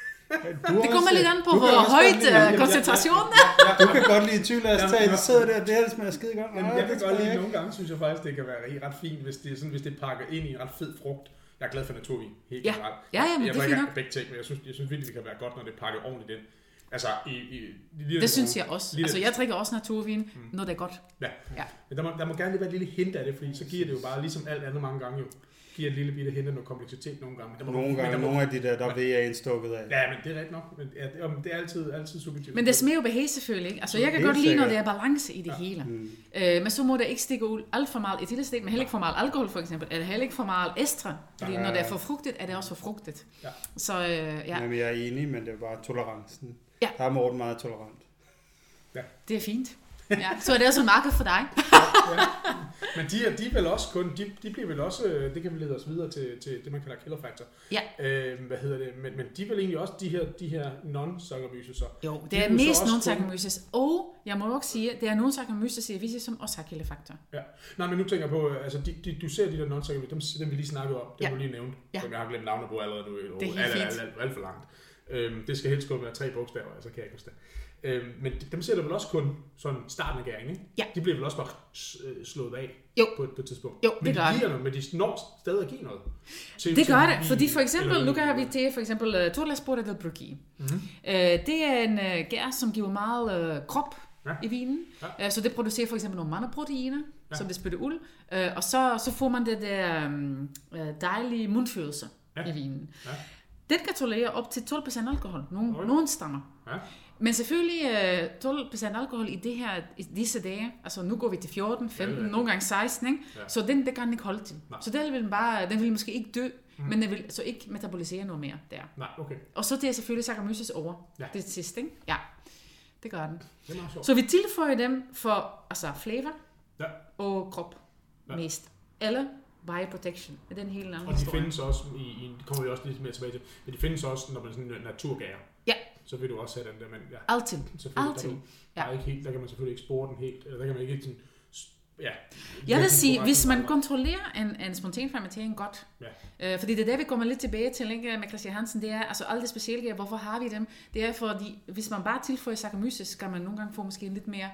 Du det kommer lidt an på, hvor højt uh, koncentrationen er. Ja, ja, ja. Du kan godt lide tylastat, du sidder der, det her smager skide godt. Jamen, jeg kan godt lide, nogle gange synes jeg faktisk, det kan være ret fint, hvis det er, sådan, hvis det pakker ind i en ret fed frugt. Jeg er glad for naturvin, helt ja. generelt. Ja, ja, men jeg det er fint nok. Begge ting, men jeg synes, jeg synes virkelig, det kan være godt, når det pakker ordentligt ind. Altså, i, i, i, det synes jeg også. Altså, jeg drikker også naturvin, mm. når det er godt. Ja, ja. Men der må, der må gerne lige være et lille hint af det, fordi så giver det jo bare, ligesom alt andet mange gange jo, giver et lille bitte hente noget kompleksitet nogle gange. Men nogle gange, nogle af de der, der ved jeg indstukket af. Ja, men det er rigtigt nok. Men ja, det, det er altid, altid subjektivt. Men det smager jo behag selvfølgelig, ikke? Altså, jeg kan godt lide, når der er balance i det ja. hele. Mm. Øh, men så må der ikke stikke ud alt for meget etylastat, men heller ikke for meget alkohol for eksempel, eller heller ikke for meget estre. Fordi ja. når det er for frugtet, er det også for frugtet. Ja. Så øh, ja. Jamen, jeg er enig, men det er bare tolerancen. Ja. Der er Morten meget tolerant. Ja. Det er fint. Ja, så er det også en marked for dig. Ja. Men de, er, de er vel også kun, de, de bliver vel også, det kan vi lede os videre til, til det, man kalder killer factor. Ja. Øh, hvad hedder det? Men, men de er vel egentlig også de her, de her non-Saccharomyces. Jo, det er, er mest non-Saccharomyces. Og jeg må også sige, det er non-Saccharomyces cerevisiae, som også har killer factor. Ja. Nej, men nu tænker jeg på, altså de, de, du ser de der non-Saccharomyces, dem, dem vi lige snakkede om, dem ja. du lige nævnt, ja. som jeg har glemt navnet på allerede nu. Det er helt alt, alt, alt, alt for langt. Øhm, det skal helst kun være tre bogstaver, altså kan jeg ikke huske det. Øhm, men dem ser du vel også kun sådan starten af gæringen, ikke? Ja. De bliver vel også bare slået af jo. På, et, på et tidspunkt. Jo, men det de gør giver noget, men de når stadig at give noget. Til, det gør det, fordi for eksempel, nu kan vi til for eksempel uh, Torlaspora del Brucchi. Mm-hmm. Uh, det er en uh, gær, som giver meget uh, krop ja. i vinen. Ja. Uh, så det producerer for eksempel nogle mandeproteiner, ja. som det spytter uld. Uh, og så, så får man det der um, dejlige mundfølelse ja. i vinen. Ja. Den kan tolerere op til tolv procent alkohol. Nogle, okay. nogle stammer. Ja. Men selvfølgelig uh, tolv procent alkohol i, det her, i disse dage, altså nu går vi til fjorten, femten, ja, ja, ja. nogle gange seksten, ikke? Ja. Så den, det kan den ikke holde til. Nej. Så den vil, bare, den vil måske ikke dø, mm. men den vil så ikke metabolisere noget mere der. Nej, okay. Og så det er selvfølgelig Saccharomyces over ja. det sidste, ikke? Ja, det gør den. Det er så vi tilføjer dem for altså flavor ja. og krop ja. mest. Eller bioprotection. Det er den hele anden Og de historie. Findes også, i, i, det kommer vi også lidt mere tilbage til, men de findes også, når man sådan en naturgærer. Ja. Så vil du også have den der, men ja. Altid. Altid. Der, der, er ikke helt, der kan man selvfølgelig ikke spore den helt, eller der kan man ikke sådan, ja. Jeg vil sige, hvis man kontrollerer en, en spontan fermentering godt, ja. øh, fordi det er der, vi kommer lidt tilbage til ikke, med Christian Hansen, det er, altså alle de specielle, hvorfor har vi dem? Det er fordi, hvis man bare tilføjer Saccharomyces, skal man nogle gange få måske lidt mere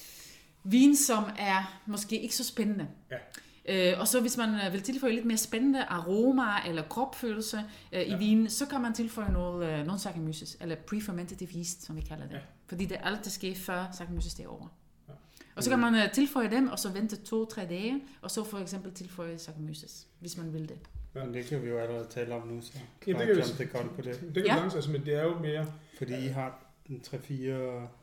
vin, som er måske ikke så spændende. Ja. Øh, og så hvis man vil tilføje lidt mere spændende aromaer eller kropfølelse øh, ja. i vinen, så kan man tilføje noget øh, non-Saccharomyces, eller pre-fermentative yeast, som vi kalder det. Ja. Fordi det er alt, der sker før Saccharomyces derovre. Ja. Og så kan man øh, tilføje dem, og så vente to-tre dage, og så for eksempel tilføje Saccharomyces, hvis man vil det. Ja, det kan vi jo allerede tale om nu, så ja, det kan vi det godt på det. Det kan ja. vi altså, men det er jo mere... Fordi I har tre-fire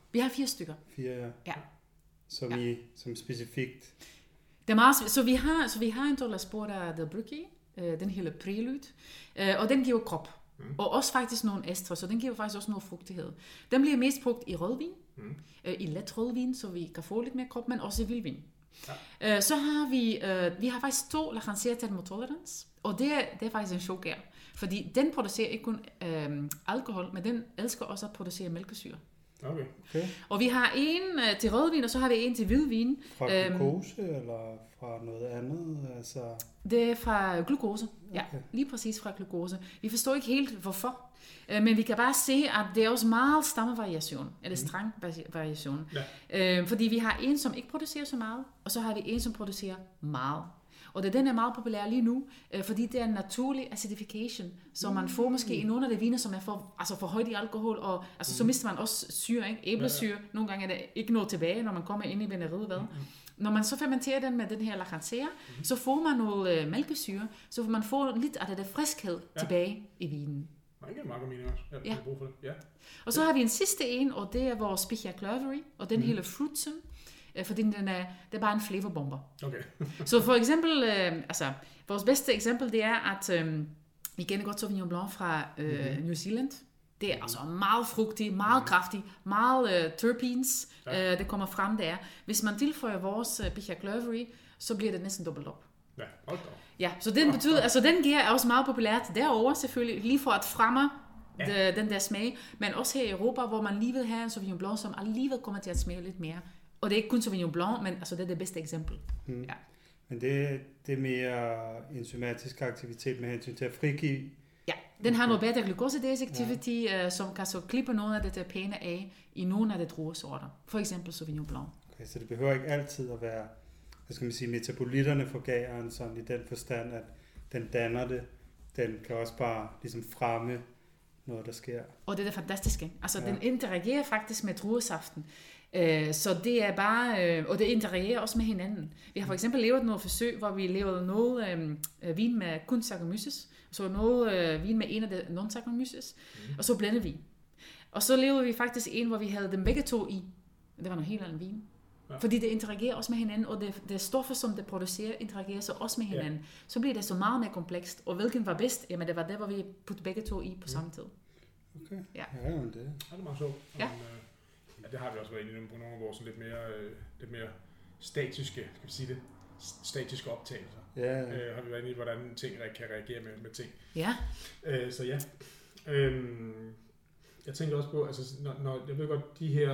Vi har fire stykker. Fire, ja. Ja. Som, ja. I, som specifikt? Det er meget, så, vi har, så vi har en dollarspor, der er Brücke, øh, den hedder Prelude, øh, og den giver krop. Mm. Og også faktisk nogle estre, så den giver faktisk også noget frugtighed. Den bliver mest brugt i rødvin, mm. øh, i let rødvin, så vi kan få lidt mere krop, men også i vildvin. Ja. Øh, så har vi, øh, vi har faktisk to La Rancière Thermotolerance, og det er, det er faktisk en sjov gær, fordi den producerer ikke kun øh, alkohol, men den elsker også at producere mælkesyre. Okay. Okay. Og vi har en øh, til rødvin, og så har vi en til hvidvin. Fra glukose øhm, eller fra noget andet? Altså... Det er fra glukose. Okay. Ja, lige præcis fra glukose. Vi forstår ikke helt hvorfor, øh, men vi kan bare se, at det er også meget stammevariation, eller streng variation. Ja. Øh, fordi vi har en, som ikke producerer så meget, og så har vi en, som producerer meget. Og det, den er meget populær lige nu, øh, fordi det er en naturlig acidification, så man får måske i nogle af de viner, som er for, altså for højt i alkohol, og altså, mm. så mister man også syre, ikke? Æblesyre. Nogle gange er det ikke noget tilbage, når man kommer ind i vineriet, vel? Mm-hmm. Når man så fermenterer den med den her La Rancière, mm-hmm. så får man noget øh, mælkesyre, så man får lidt af det der friskhed ja. tilbage i vinen. Man kan meget mine også. Jeg ja. brug for det. Ja. Og så har vi en sidste en, og det er vores Spichia Clovery, og den mm. hedder Fruitsum. Fordi den er, det er bare en flavorbomber. Okay. Så for eksempel, øh, altså, vores bedste eksempel, det er, at øh, vi kender godt Sauvignon Blanc fra øh, mm-hmm. New Zealand. Det er mm-hmm. altså meget frugtig, meget mm-hmm. kraftig, meget øh, terpenes, ja. øh, det kommer frem der. Hvis man tilføjer vores øh, Spichia Clovery, så bliver det næsten dobbelt op. Ja, hold da. Ja, så den betyder, oh, altså den gær er også meget populært derovre selvfølgelig, lige for at fremme ja. de, den der smag, men også her i Europa, hvor man lige vil have en Sauvignon Blanc, som alligevel kommer til at smage lidt mere. Og det er ikke kun Sauvignon Blanc, men altså det er det bedste eksempel. Hmm. Ja. Men det, det er mere enzymatisk aktivitet med hensyn til at frigive. Ja, den har noget bedre glucosidase activity, ja. uh, som kan så klippe noget af det der pæne af i nogle af de druesorter. For eksempel Sauvignon Blanc. Okay, så det behøver ikke altid at være, hvad skal man sige, metabolitterne for gæren, sådan i den forstand, at den danner det. Den kan også bare ligesom fremme noget, der sker. Og det er det fantastiske. Altså, ja. Den interagerer faktisk med druesaften. Uh, så det er bare, uh, og det interagerer også med hinanden. Vi har for eksempel lavet noget forsøg, hvor vi lavede noget um, uh, vin med kun Saccharomyces, og så noget uh, vin med en af de non-Saccharomyces, mm. og så blandede vi. Og så lavede vi faktisk en, hvor vi havde dem begge to i. Det var noget helt andet vin. Ja. Fordi det interagerer også med hinanden, og det, det stoffer, som det producerer, interagerer så også med hinanden. Ja. Så bliver det så meget mere komplekst. Og hvilken var bedst? Jamen det var det, hvor vi puttede begge to i på mm. samme tid. Okay, ja, ja det er det. Ja, det er meget sjovt. Ja. Ja, det har vi også været inde på nogle af vores lidt mere, øh, lidt mere statiske, skal vi sige det, statiske optagelser. Ja, ja. Øh, har vi været inde i, hvordan ting kan reagere med, med ting. Ja. Øh, så ja. Øhm, jeg tænker også på, altså, når, når jeg ved godt, de her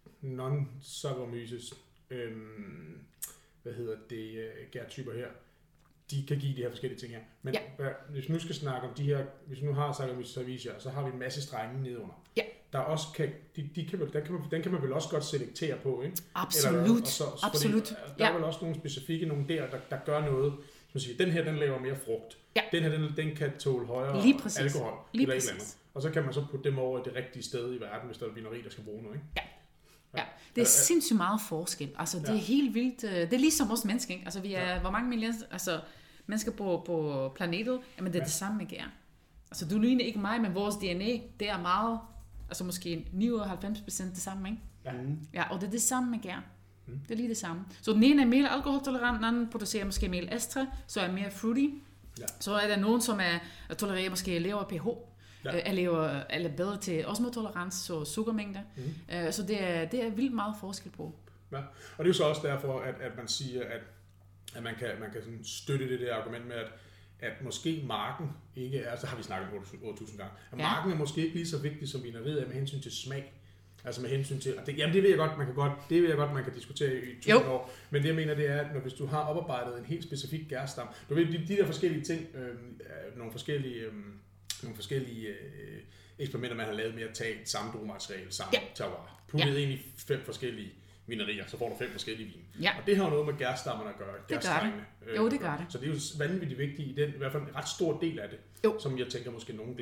non-Saccharomyces, øhm, hvad hedder det, øh, gærtyper her, de kan give de her forskellige ting her. Men ja. hvis vi nu skal snakke om de her, hvis vi nu har Saccharomyces cerevisiae, så har vi en masse strenge nedenunder. Ja. Der også kan, de, de kan, den, kan man, den kan man vel også godt selektere på, ikke? Absolut, Eller, og så, så absolut. Fordi, der er ja. vel også nogle specifikke, nogle der, der, der gør noget. Som siger, den her, den laver mere frugt. Ja. Den her, den, den kan tåle højere Lige præcis. alkohol. Lige eller præcis. et eller andet. Og så kan man så putte dem over i det rigtige sted i verden, hvis der er vineri, der skal bruge noget, ikke? Ja. Ja, det er sindssygt meget forskel. Altså, det ja. er helt vildt. Det er ligesom os mennesker, ikke? Altså, vi er, ja. hvor mange millioner altså, mennesker på, på planetet, jamen det er ja. det samme med gær. Altså, du ligner ikke mig, men vores D N A, det er meget, altså måske nioghalvfems procent det samme, ikke? Ja. Ja, og det er det samme med gær. Mm. Det er lige det samme. Så den ene er mere alkoholtolerant, den anden producerer måske mere estre, så er mere fruity. Ja. Så er der nogen, som er tolererer måske lavere pH. Ja. Eller, eller bedre til osmotolerans, så sukkermængder. Mm. Så det er, det er vildt meget forskel på. Ja. Og det er jo så også derfor, at, at man siger, at, at man kan, man kan sådan støtte det der argument med, at, at måske marken ikke er, så har vi snakket otte tusind gange, at ja. marken er måske ikke lige så vigtig, som vi ved, med hensyn til smag. Altså med hensyn til, det, jamen det ved jeg godt, man kan godt, det ved jeg godt, man kan diskutere i tusind år, men det jeg mener, det er, at når, hvis du har oparbejdet en helt specifik gærstam, du ved, de, de der forskellige ting, øh, nogle forskellige, øh, nogle forskellige øh, eksperimenter, man har lavet med at tage et samme druemateriale, samme ja. terroir, puttet ja. ind i fem forskellige vinerier, så får du fem forskellige vine. Ja. Og det har jo noget med gærstammerne at gøre, gærstrengene. Jo, det gør det. Så det er jo vanvittigt vigtigt i den, i hvert fald en ret stor del af det, jo. som jeg tænker måske nogen glemmer.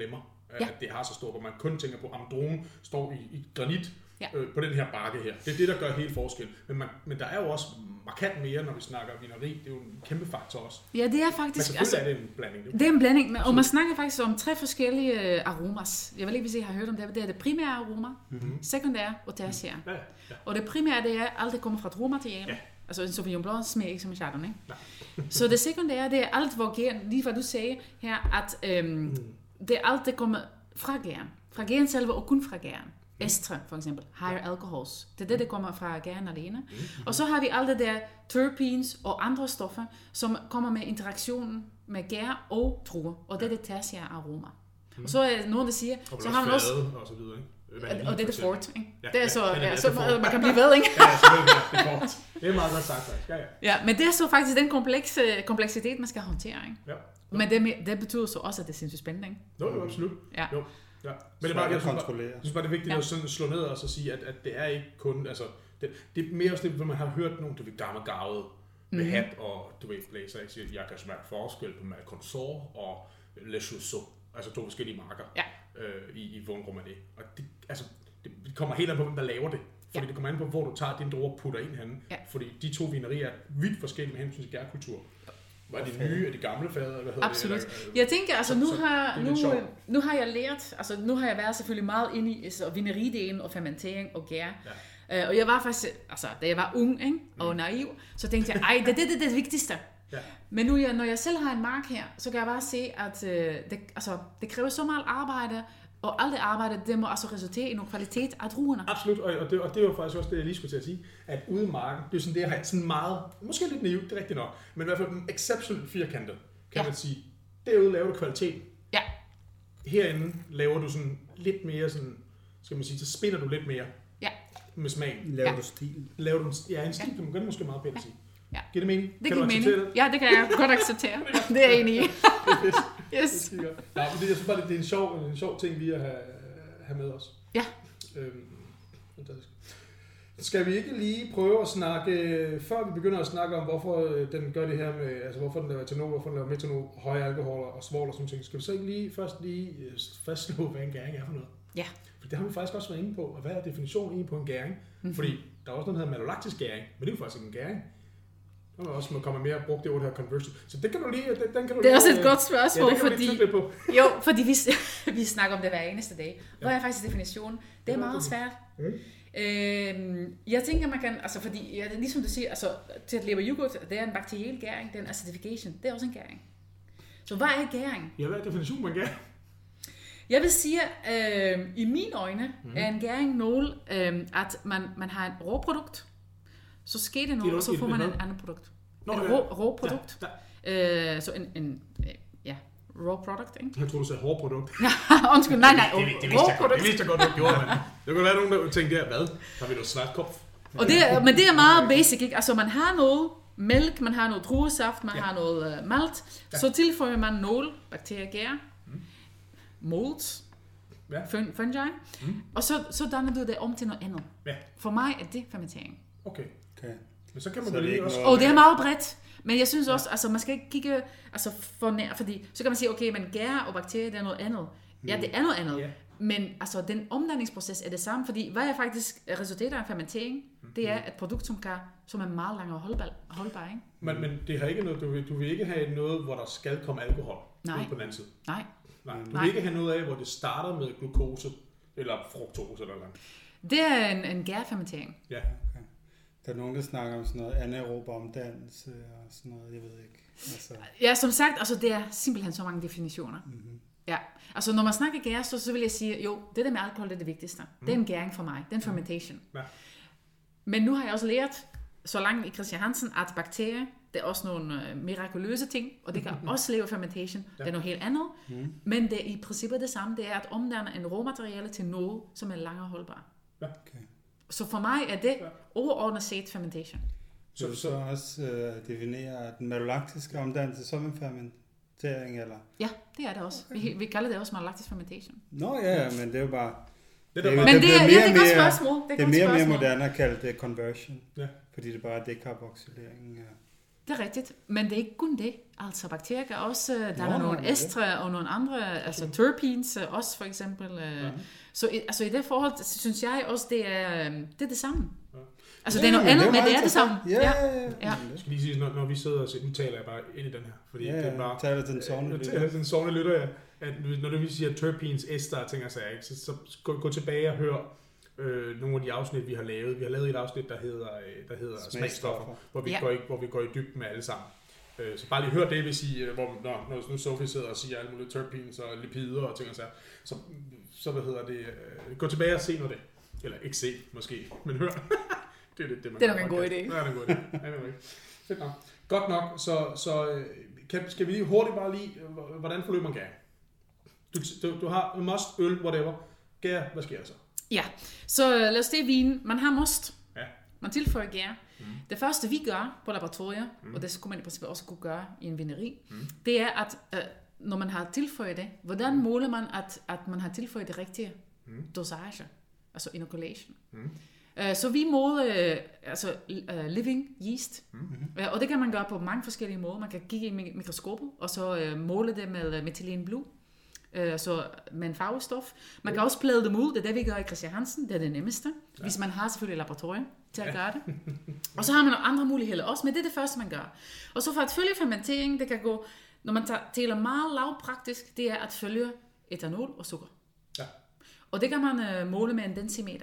at ja. det har så stort, hvor man kun tænker på, at dronen står i, i granit ja. øh, på den her bakke her. Det er det, der gør hele forskel. Men, man, men der er jo også markant mere, når vi snakker vineri. Det er jo en kæmpe faktor også. Ja, det er faktisk... Men selvfølgelig altså, er det en blanding. Det, det er en blanding, og man snakker faktisk om tre forskellige aromas. Jeg vil ikke, hvis I har hørt om det. Det er det primære aroma, mm-hmm. sekundære og tertiære. Ja, ja. Og det primære, det er, at alt det kommer fra druemateriale. Ja. Altså en Sauvignon Blanc smager ikke som en Chardonnay. Så det sekundære, det er alt, hvor gæren, lige hvad du sagde her, at øhm, mm. det er alt, det kommer fra gæren. Fra gæren selve, og kun fra gæren. Estre, for eksempel. Higher alcohols. Det er det, der kommer fra gæren alene. Mm. Og så har vi alle de der terpenes og andre stoffer, som kommer med interaktionen med gær og druer. Og det er det tertiære aroma. Mm. Og så er nogen, der siger... Og så har man også... Og så videre, ikke? Og det er det fort, ikke? Ja, det er så, ja, ja, ja, så det man kan blive ved, ikke? Ja, selvfølgelig, det er fort. Det er meget godt sagt, faktisk. Ja, ja. Ja, men det er så faktisk den komplekse, kompleksitet, man skal håndtere, ikke? Ja. Men det, det betyder så også, at det er sindssygt spændende, ikke? Jo, jo, absolut. Ja. Jo. Ja. Men det er bare, jeg synes bare, jeg synes bare, det er vigtigt ja. at sådan slå ned og så sige, at, at det er ikke kun, altså, det, det er mere også det, hvor man har hørt nogen, du ved, gammel gavet med mm. hat og, du ved, blazer, jeg siger, jeg kan smage forskel på Malconsor og Le Chaussot, altså to forskellige marker ja. øh, i, i Vongrum af det. Og det, altså, det kommer helt an på, hvem der laver det. Fordi ja. det kommer an på, hvor du tager dine druer og putter ind henne. Ja. Fordi de to vinerier er vidt forskellige med hensyn til gærkultur. Var det nye af de gamle fader? Hvad hedder Absolut. Det? Eller, jeg tænker, altså nu har, nu, nu har jeg lært, altså nu har jeg været selvfølgelig meget inde i altså, vineridelen og fermentering og gær. Ja. Uh, og jeg var faktisk, altså da jeg var ung ikke, og mm. naiv, så tænkte jeg, ej, det er det, det, det vigtigste. Ja. Men nu, jeg, når jeg selv har en mark her, så kan jeg bare se, at uh, det, altså, det kræver så meget arbejde, og alt det arbejde, det må altså resultere i noget kvalitet af druerne. Absolut, og, og, det, og det var faktisk også det, jeg lige skulle til at sige, at ude i marken, det er sådan det, jeg har sådan meget, måske lidt naivt, det er rigtigt nok, men i hvert fald exceptionelt firkantet, kan ja. man sige. Derude laver du kvalitet. Ja. Herinde laver du sådan lidt mere sådan, skal man sige, så spinder du lidt mere ja. med smagen. Laver ja. du stil? Laver du, ja, en stil, ja. man kan måske meget bedre ja. sige. Ja. Giver det mening? Det kan giver mening. Det? Ja, det kan jeg godt acceptere. Det er jeg enig i. Yes. Det er ja, men det, jeg synes bare, det er en sjov, en sjov ting lige at have, have med os. Ja. Øhm, skal vi ikke lige prøve at snakke, før vi begynder at snakke om, hvorfor den gør det her med, altså hvorfor den laver etanol, hvorfor den laver metanol, høje alkoholer og svovl og sådan ting. Skal vi så ikke lige først lige fastslå, hvad en gæring er for noget? Ja. For det har vi faktisk også været inde på, og hvad er definitionen egentlig på en gæring? Mm-hmm. Fordi der er også noget, der hedder malolaktisk gæring, men det er jo faktisk ikke en gæring. Der er også kommer mere brugt det ord her conversion. Så det kan du lige, den, den kan du det er lige, også et godt spørgsmål, ja, fordi på. jo, fordi vi, vi snakker om det hver eneste dag. Hvad er faktisk definitionen? Det er meget svært. Mm. Øhm, jeg tænker, man kan, altså fordi, ja, ligesom du siger, altså til at leve yoghurt, det er en bakteriel gæring, det er en acidification, det er også en gæring. Så hvad er gæring? Ja, hvad er definitionen på en gæring? Jeg vil sige, øh, i mine øjne mm. er en gæring noget, øh, at man, man har et råprodukt, så sker det noget, og så får man et andet produkt. Nå, et ja. rå, råprodukt. Ja, ja. Øh, så en, en ja, raw product, ikke? Jeg tror du sagde hårprodukt. Undskyld, nej, nej. Det, det, det, vidste jeg godt, det vidste jeg godt, du gjorde, men det kunne være nogen, der tænkte, der, hvad? Har vi noget svartkopf? Og det, men det er meget basic, ikke? Altså man har noget mælk, man har noget druesaft, man ja. har noget uh, malt, ja. så tilføjer man nogle bakteriegær, mm. molds, ja. fungi, mm. og så, så danner du det om til noget andet. Ja. For mig er det fermentering. Okay. okay. Men så kan man så lige også... Og det er meget bredt. Men jeg synes også, ja. altså man skal ikke kigge altså, for nær, fordi så kan man sige, okay, men gær og bakterier, det er noget andet. Ja, det er noget andet. Yeah. Men altså, den omdanningsproces er det samme, fordi hvad er faktisk resultatet af fermentering? Det er et produkt, som, kan, som er meget lang og holdbar, holdbar ikke? Men, men det har ikke noget, du vil, du vil ikke have noget, hvor der skal komme alkohol Nej. på den anden side? Nej. Nej. Du vil Nej. ikke have noget af, hvor det starter med glukose eller fruktose eller noget? Det er en, en gærfermentering. Ja. Okay. Der er nogen, der snakker om sådan noget anaerob omdannelse og sådan noget, jeg ved ikke. Altså... Ja, som sagt, altså det er simpelthen så mange definitioner. Mm-hmm. Ja, altså når man snakker gær, så, så vil jeg sige, jo, det der med alkohol det er det vigtigste. Mm. Det er en gæring for mig, det er en fermentation. Ja. Men nu har jeg også lært, så langt i Christian Hansen, at bakterier, det er også nogle øh, mirakuløse ting, og det kan mm-hmm. også lave fermentation. Ja. Det er noget helt andet, mm. men det er i princippet det samme, det er at omdanne en råmateriale til noget, som er lang og holdbar. Ja. Okay. Så for mig er det overordnet set fermentation. Så du så også øh, definerer den malolaktiske omdannelse som en fermentering, eller? Ja, det er det også. Okay. Vi, vi kalder det også malolaktisk fermentation. Nå ja, men det er jo bare... Det er, det er, men det, det, er, ja, det er et godt spørgsmål. Det er, det er mere og mere moderne at kalde det conversion, ja. Fordi det bare er dekarboksilering. Ja. Det er rigtigt, men det er ikke kun det. Altså bakterier kan også, der Nå, er nogle estre og nogle andre, altså terpenes også for eksempel. Ja. Så altså, i det forhold, synes jeg også, det er det, er det samme. Ja. Altså ja, det er noget andet, det men det er det samme. Ja, ja, ja. ja. Jeg skal lige sige, når, når vi sidder og ser, nu taler jeg bare ind i den her, fordi ja, ja. det er bare... taler den sovne lytter. Den sovne lytter, ja. At når du siger terpenes, ester og ting og sager, ikke, så, så gå, gå tilbage og hør øh, nogle af de afsnit, vi har lavet. Vi har lavet et afsnit, der hedder, der hedder smagstoffer, hvor vi, ja. går i, hvor vi går i dybden med alle sammen. Øh, så bare lige hør det, hvis I, hvor, når, når nu Sofie sidder og siger alle mulige terpenes og lipider og ting og sager, så, så hvad hedder det, øh, gå tilbage og se noget af det. Eller ikke se, måske, men hør. Det er det, det man det er nok en god idé. Det er en god idé. Ja, det er fedt nok. Godt nok, så, så kan, skal vi lige hurtigt bare lige, hvordan forløber man gæring? Du, du, du har must, øl, whatever. Gær, hvad sker der så? Ja, så lad os det vin. Man har must. Ja. Man tilføjer gær. Mm. Det første vi gør på laboratorier, mm. og det skulle man i princippet også kunne gøre i en vineri, mm. det er, at øh, når man har tilføjet det, hvordan mm. måler man, at, at man har tilføjet det rigtige mm. dosage, altså inoculation. Mm. Så vi måler altså uh, living yeast, mm-hmm. og det kan man gøre på mange forskellige måder. Man kan kigge i mikroskopet, og så uh, måle det med metylen blue, uh, så med en farvestof. Man kan også plade dem ud, det er det vi gør i Christian Hansen, det er det nemmeste, ja. Hvis man har selvfølgelig et laboratorium til at ja. Gøre det. Og så har man nogle andre muligheder også, men det er det første man gør. Og så for at følge fermentering, det kan gå, når man taler meget lavpraktisk, det er at følge etanol og sukker. Ja. Og det kan man uh, måle med en densimeter.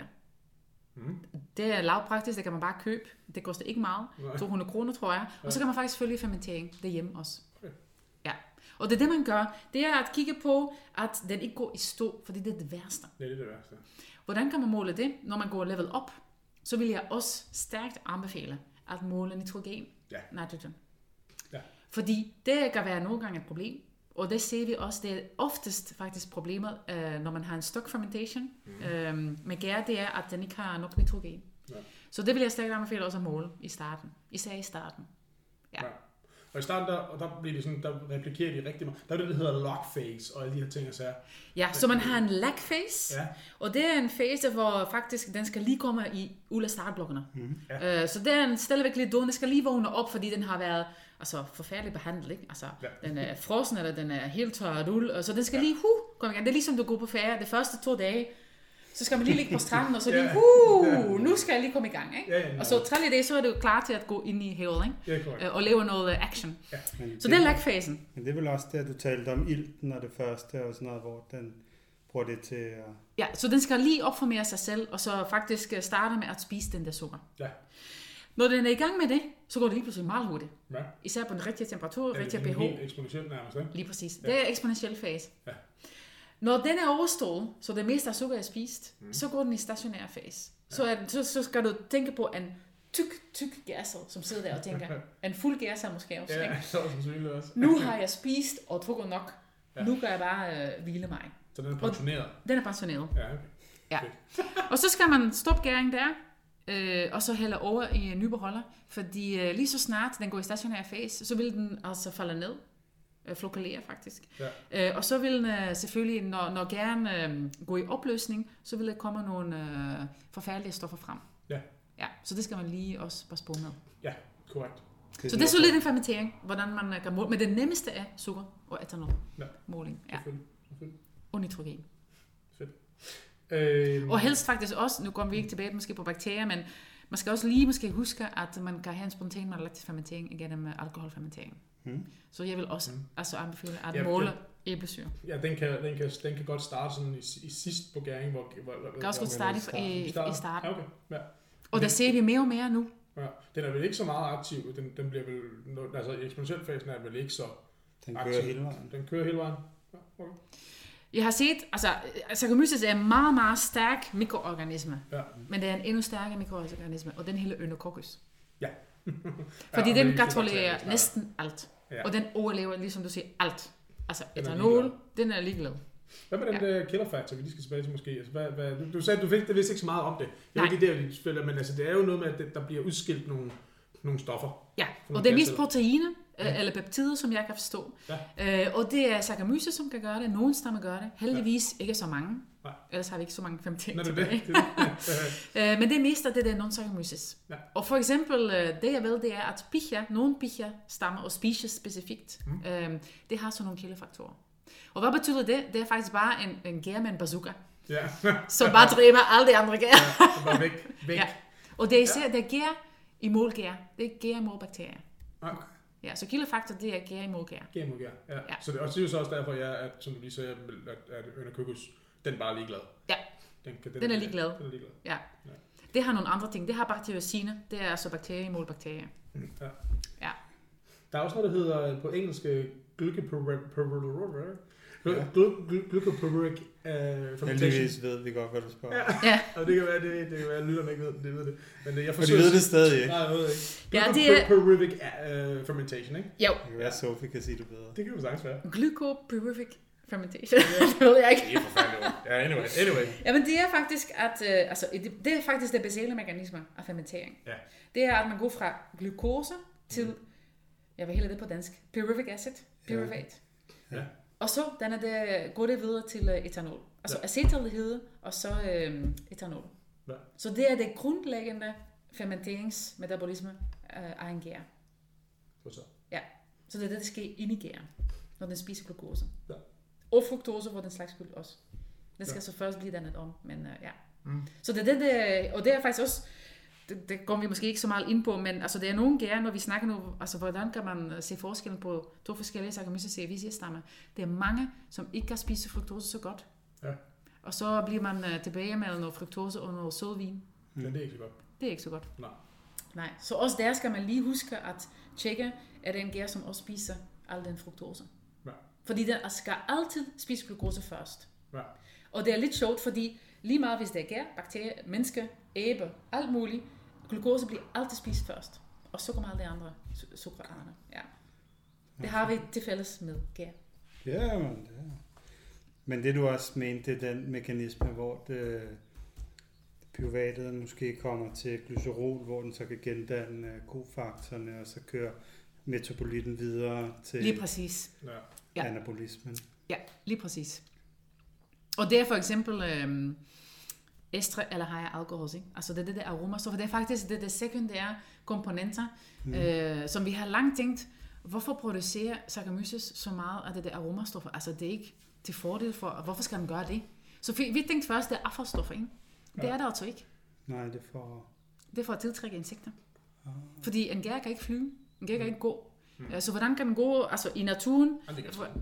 Mm. Det er lavpraktisk, det kan man bare købe. Det koster ikke meget. Nej. to hundrede kroner, tror jeg. Og så kan man faktisk følge fermentering derhjemme også. Okay. Ja. Og det er det, man gør. Det er at kigge på, at den ikke går i stå, fordi det er det værste. Det er det værste. Hvordan kan man måle det? Når man går level op, så vil jeg også stærkt anbefale at måle nitrogen, ja. Nitrogen. Ja. Fordi det kan være nogle gange et problem. Og det ser vi også, det er oftest faktisk problemet, øh, når man har en stock fermentation mm. øh, med gær, det er, at den ikke har nok nitrogen. Ja. Så det vil jeg stærkt anbefale også at måle i starten, især i starten. Ja. Ja. Og i starten, der, der bliver det sådan, der replikerer de rigtig meget. Der er det, der hedder lock phase, og alle de her ting og sager. Ja, så man har en lag phase, ja. Og det er en fase, hvor faktisk den skal lige komme i ud af startblokkene. Mm. Ja. Øh, så det er en stadigvæk lidt dårlig, den skal lige vågne op, fordi den har været altså forfærdeligt behandlet, ikke? Altså, ja. Den er frossen, eller den er helt tør og uld, så den skal ja. Lige, huh, komme igen. Det er ligesom, du går på ferie, det første to dage, så skal man lige ligge på stranden, og så lige, huh, nu skal jeg lige komme i gang, ikke? Ja, ja, ja. Og så tredje dag, så er du klar til at gå ind i havet, ikke? Ja, og lave noget action. Ja. Så det er lagfasen. Men det er vel også det, at du talte om ilten og det første, og sådan noget, hvor den bruger det til at... Ja, så den skal lige opformere sig selv, og så faktisk starte med at spise den der sukker. Ja. Når den er i gang med det, så går det lige pludselig meget hurtigt. Ja. Især på den rigtige temperatur, ja, rigtige pH. Det er helt eksponentielt nærmest, ikke? Lige præcis. Ja. Det er eksponentiel fase. Ja. Når den er overstået, så det meste af sukker er spist, mm. så går den i stationær fase. Ja. Så, er den, så, så skal du tænke på en tyk, tyk gærsel, som sidder der og tænker, en fuld gærsel måske også. Ja, så er også. Nu har jeg spist og drukket nok. Ja. Nu kan jeg bare øh, hvile mig. Så den er pensioneret? Og den er pensioneret. Ja, okay. Ja. Og så skal man stoppe gæringen der, øh, og så hælde over i en ny beholder, fordi øh, lige så snart den går i stationær fase, så vil den altså falde ned. Flokalere faktisk. Ja. Øh, og så vil den øh, selvfølgelig, når, når gæren øh, går i opløsning, så vil der komme nogle øh, forfærdelige stoffer frem. Ja. Ja. Så det skal man lige også passe på med. Ja, korrekt. Det så det er så lidt en fermentering, hvordan man kan måle. Men det nemmeste er sukker og etanol. Ja. Måling. Ja. Selvfølgelig. Selvfølgelig. Og nitrogen. Fedt. Øh... Og helst faktisk også, nu kommer vi ikke tilbage måske på bakterier, men man skal også lige måske huske, at man kan have en spontan malolaktisk fermentering igennem alkoholfermentering. Hmm. Så jeg vil også hmm. altså anbefale at ja, måle ja. Æblesyre. Ja, den kan, den, kan, den kan godt starte sådan i, i sidst på gæring. Hvor, hvor, kan også godt starte i, i, i starten. Ja, okay. Ja. Og der ser vi mere og mere nu. Ja. Den er vel ikke så meget aktiv. Den, den bliver vel, altså i eksponentielfasen er vel ikke så den kører aktiv. Hele vejen. Den kører hele vejen. Ja, okay. Jeg har set, altså Saccharomyces er en meget, meget stærk mikroorganisme. Ja. Men det er en endnu stærkere mikroorganisme, og den hele Œnococcus. Ja. Fordi ja, den kan tolerere næsten alt. Ja. Og den overlever, ligesom du siger, alt. Altså etanol, den er, den er ligeglad. Hvad med den ja. der killer factor, vi lige skal tilbage til måske? Altså, hvad, hvad, du, du sagde, at du vidste ikke så meget om det. Jeg ved ikke, det der, de spiller, men altså, det er jo noget med, at der bliver udskilt nogle, nogle stoffer. Ja, og det er mest proteiner, ja. eller peptider, som jeg kan forstå. Ja. Øh, og det er Saccharomyces, som kan gøre det. Nogle stammer gør det. Heldigvis ja. ikke så mange. Nej. Ellers har vi ikke så mange fermentering Nej, det tilbage. det, det, det. Men det meste det er det non-Saccharomyces. Ja. Og for eksempel, det jeg ved, det er, at picha, nogle picha stammer, og species specifikt, mm. øhm, det har sådan nogle kildefaktorer. Og hvad betyder det? Det er faktisk bare en, en gær med en bazooka. Ja. Som bare dræber alle de andre gær. Ja, bare væk. væk. Ja. Og det er især, ja. det er gær imod gær. Det er gær imod bakterier. Okay. Ja, så kildefaktor, det er gær imod gær. Gær imod gær, ja. ja. Så det, og det er jo så også derfor, jeg, at, som du lige sagde, at, at Œnococcus, den er bare ligeglad. Ja, den, den, den er ligeglad. Den er ligeglad. Ja. ja. Det har nogle andre ting. Det har bakteriocine. Det er altså bakterier imod bakterier. Mm, ja. ja. Der er også noget, der hedder på engelsk glycopyrrolic glycopyrrolic fermentation. Heldigvis ved vi godt, hvad du spørger. Ja, ja. Og det kan være, det, det kan være, at lytterne ikke ved det, ved det. Men jeg forsøger... Og de ved det stadig ikke. Nej, jeg ved det ikke. Ja, det er... Glycopyrrolic uh, fermentation, ikke? Jo. Det kan være, Sofie kan sige det bedre. Det kan jo sagtens være. Glycopyrrolic fermentation. Det ved jeg ikke. Det er forfærdeligt. Ja, anyway. anyway. Ja, men det er faktisk, at, øh, altså, det, det er faktisk det basale mekanismer af fermentering. Ja. Det er, at man går fra glukose til, mm. jeg vil hælde det på dansk, pyruvic acid, pyruvat. Ja. Ja. Og så den er det, går det videre til uh, etanol. Altså ja. acetaldehyd og så øh, etanol. Ja. Så det er det grundlæggende fermenteringsmetabolisme øh, af en gær. Så. Ja. Så det er det, der sker inde i gæren, når den spiser glukose. Ja. Og fruktose for den slags skyld også. Den skal ja. så først blive dannet om, men uh, ja. Mm. Så det er det, det, og det er faktisk også, det, det går vi måske ikke så meget ind på, men altså det er nogle gærer, når vi snakker nu, altså hvordan kan man se forskellen på to forskellige Saccharomyces cerevisiae-stammer. Det er mange, som ikke kan spise fruktose så godt. Ja. Og så bliver man uh, tilbage med noget fruktose og noget sødvin. Mm. Men det er ikke så godt. Det er ikke så godt. Nej. Nej. Så også der skal man lige huske at tjekke, at det er en gær, som også spiser al den fruktose. Ja. Fordi den skal altid spise glukose først. Ja. Og det er lidt sjovt, fordi lige meget hvis det er gær, bakterier, mennesker, æber, alt muligt, glukose bliver altid spist først. Og så kommer alle de andre sukkerarter. Ja. Det har vi til fælles med gær. Ja, men det er. Men det du også mente, det er den mekanisme, hvor det, pyruvatet måske kommer til glycerol, hvor den så kan gendanne kofaktorerne, og så kører metabolitten videre til lige præcis. Ja. Anabolismen. Ja, lige præcis. Og det er for eksempel øh, estre eller higher alcohols, ikke? Altså det er det der aromastoffer. Det er faktisk det, det sekundære komponenter, mm. øh, som vi har langt tænkt, hvorfor producerer Saccharomyces så meget af det der aromastoffer? Altså det er ikke til fordel for, hvorfor skal den gøre det? Så vi, vi tænkte først, det er affaldsstoffer, ikke? Det ja. er det altså ikke. Nej, det er for... Det er for at tiltrække insekter. Ah. Fordi en gær kan ikke flyve, en gær kan ikke gå. Mm. Så hvordan kan den gå altså i naturen? Han ligger sådan.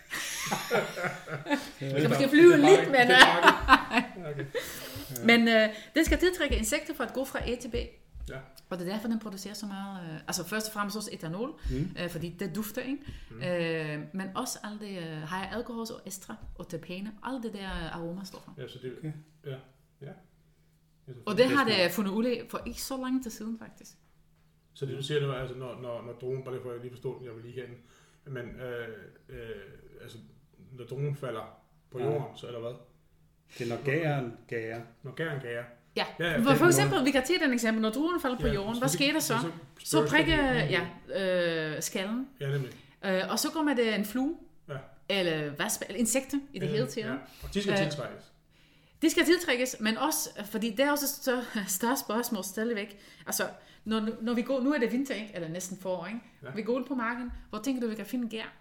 Det kan måske flyve lidt, men... okay. Men øh, den skal tiltrække insekter for at gå fra A til B. Ja. Og det er derfor, den producerer så meget... Øh, altså først og fremmest også etanol, mm. øh, fordi det dufter, ikke? Mm. Øh, men også alle det øh, higher alcohols og estre og terpene, alle det der aromastoffer. Ja, så det... Okay. Ja, ja. Og det har det fundet ud af for ikke så lang tid siden, faktisk. Så det du siger nu, altså når, når, når dronen, bare det får jeg lige forstå, jeg vil lige hen, men øh, øh, altså når dronen falder på jorden, ja. så eller hvad? Det er når gæren gærer. Når gæren gærer. Ja, ja, ja for, for eksempel, vi kan tage den eksempel, når dronen falder på ja, jorden, hvad sker der så? Så, så prikker ja, øh, skallen, ja, nemlig. Øh, og så kommer det en flue, ja. eller vasp, eller insekter i det ja, hele taget. Ja. Og de skal øh, tiltrækkes. De skal tiltrækkes, men også, fordi det er også et større spørgsmål stadigvæk. Altså, når, når vi går, nu er det vinter, ikke? Eller næsten forår, ikke? Ja. Vi går ud på marken, hvor tænker du, vi kan finde gær?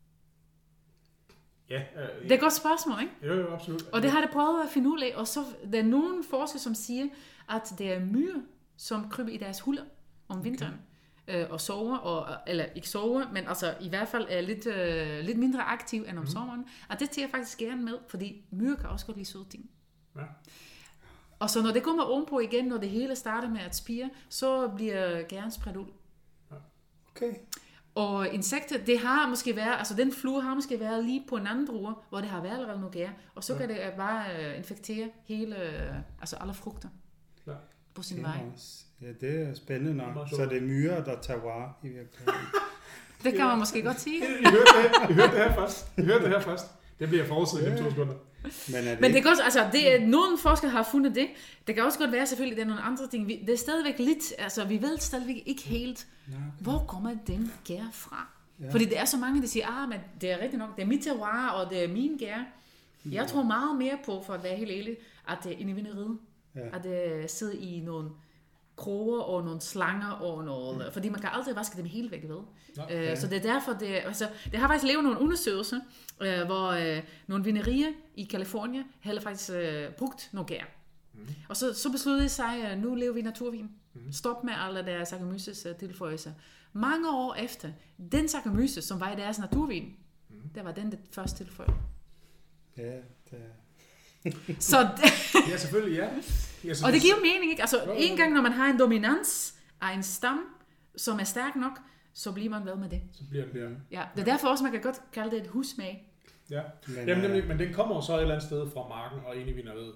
Ja, øh, det er et godt spørgsmål, ikke? Jo, jo, absolut. Og det har det prøvet at finde ud af, og så der er nogle forskere, som siger, at det er myrer, som kryber i deres huller om vinteren, okay. øh, og sover, og, eller ikke sover, men altså i hvert fald er lidt, øh, lidt mindre aktiv end om mm. sommeren. Og det tager jeg faktisk gerne med, fordi myrer kan også godt lide søde ting. Ja. Og så når det kommer ovenpå igen, når det hele starter med at spire, så bliver gæren spredt ud. Ja. Okay. Og insekter, det har måske været, altså den flue har måske været lige på en anden druer, hvor det har været allerede noget gær, og så ja. kan det bare uh, infektere hele, uh, altså alle frugter ja. på sin vej. Ja, det er spændende nok. Så det er myrer, der tager vare i virkeligheden. Det kan man måske godt sige. I hørte det, I hørte det her først. I hørte det her først. Det bliver forudset i de to sekunder. Men, det, Men det kan også, altså, det er, nogle forskere har fundet det. Det kan også godt være selvfølgelig, det er nogle andre ting. Vi, det er stadigvæk lidt, altså vi ved stadigvæk ikke helt, okay. hvor kommer den gær fra? Ja. Fordi det er så mange, der siger, ah, men det er rigtigt nok, det er mit terroir, og det er min gær. Jeg tror meget mere på, for at være helt ærlig, at det er inde i vineriet. Ja. At det sidder i nogle kroger og nogle slanger og noget, mm. fordi man kan aldrig vaske dem helt væk, ved. Ja. Uh, så det er derfor, det, altså, det har faktisk lavet nogle undersøgelser, uh, hvor uh, nogle vinerier i Californien havde faktisk uh, brugt nogle gær. Mm. Og så, så besluttede de sig, uh, nu lever vi naturvin. Mm. Stop med alle der Saccharomyces uh, tilføjelser. Mange år efter, den Saccharomyces, som var i deres naturvin, mm. der var den det første tilføjelse. Ja, det så det, ja, selvfølgelig, ja. ja og det giver mening, ikke? Altså, en gang, når man har en dominans af en stam, som er stærk nok, så bliver man ved med det. Så bliver det, ja. Ja, det er derfor også, man kan godt kalde det et husmag. Ja, men, Jamen, nemlig, men den kommer jo så et eller andet sted fra marken og ind i vineriet.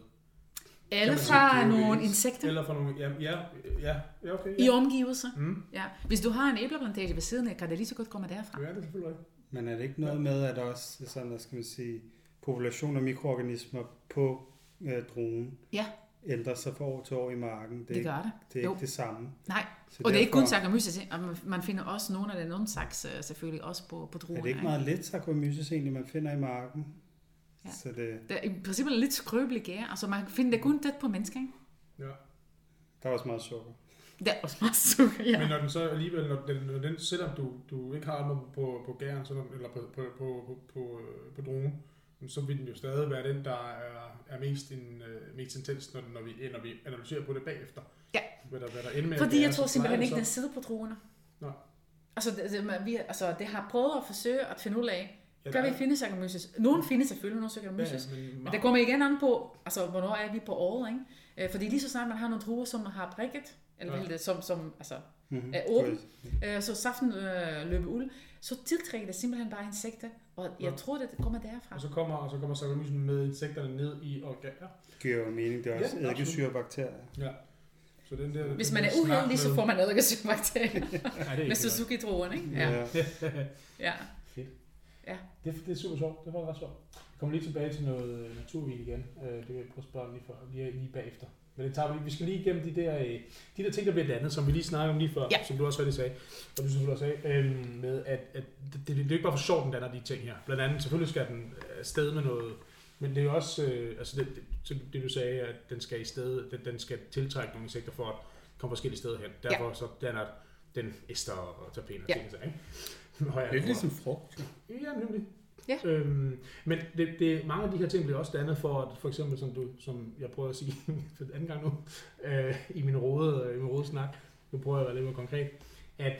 Eller fra nogle insekter. Eller fra nogle, ja, ja, ja, ja okay. Ja. I omgivelser. Mm. Ja. Hvis du har en æbleplantage ved siden af, kan det lige så godt komme derfra. Ja, det er selvfølgelig rigtigt. Men er det ikke noget med, at også sådan, der skal man sige, population af mikroorganismer på øh, dronen ja. ændrer sig fra år til år i marken? Det, det ikke, gør det. Det er jo. Ikke det samme. Nej, så og derfor, det er ikke kun Saccharomyces. Man finder også nogle af den onde saks selvfølgelig også på, på dronen. Er det ikke meget lidt Saccharomyces egentlig, man finder i marken? Ja. Så det... det er i princippet lidt skrøbelig gær. Altså man finder det kun tæt på mennesker, ikke? Ja. Der er også meget sukker. Der er også meget sukker, ja. Men når den så alligevel, når den, når den selvom du, du ikke har armer på, på gæren, så, eller på, på, på, på, på, på dronen, så vil den jo stadig være den, der er, er mest, en, mest intens, når, når, vi, når vi analyserer på det bagefter. Ja, hvad der, hvad der ender med, fordi jeg er, tror simpelthen ikke, den sidder på druerne. Nej. Altså det, det, vi, altså, det har prøvet at forsøge at finde ud af, ja, gør vi finde Saccharomyces? Nogen findes selvfølgelig nogle Saccharomyces, ja, men, men det kommer igen an på, altså hvornår er vi på året, ikke? Fordi lige så snart man har nogle druer, som har prikket, eller ja. det, som, som altså, mm-hmm. er åben, øh, så saften øh, løber ud, så tiltrækker det simpelthen bare insekter, og jeg ja. tror, det kommer derfra. Og så kommer, og så kommer Saccharomyces med insekterne ned i organer. Ja. Det giver jo mening, det er også ja, eddikesyrebakterier. Ja. Så den der, hvis den man er uheldig, så får man eddikesyrebakterier. Med med Suzuki-druerne, ikke? Ja. ja. ja. Fedt. Ja. Det, det er super sjovt. Det var ret sjovt. Jeg kommer lige tilbage til noget naturvin igen. Det vil jeg prøve at spørge lige, for, lige, lige bagefter. Men det tager vi. Vi skal lige igennem de der, de der ting, der bliver dannet, som vi lige snakkede om lige før, ja. som du også rigtig sagde, og du selvfølgelig også sagde, øh, med at, at det, det, det er ikke bare for sjovt, den danner de ting her. Blandt andet, selvfølgelig skal den afsted med noget, men det er jo også, øh, altså det, det, det du sagde, at den skal i sted, den, den skal tiltrække nogle insekter for at komme forskellige steder hen. Derfor ja. så danner den ester og terpener ja. ting, ikke? Det er ligesom frugt. Ja, nemlig. Ja. Øhm, men det, det, mange af de her ting bliver også dannet for, at for eksempel, som, du, som jeg prøver at sige for anden gang nu, øh, i min rode, i min rode snak, nu prøver jeg at være lidt mere konkret, at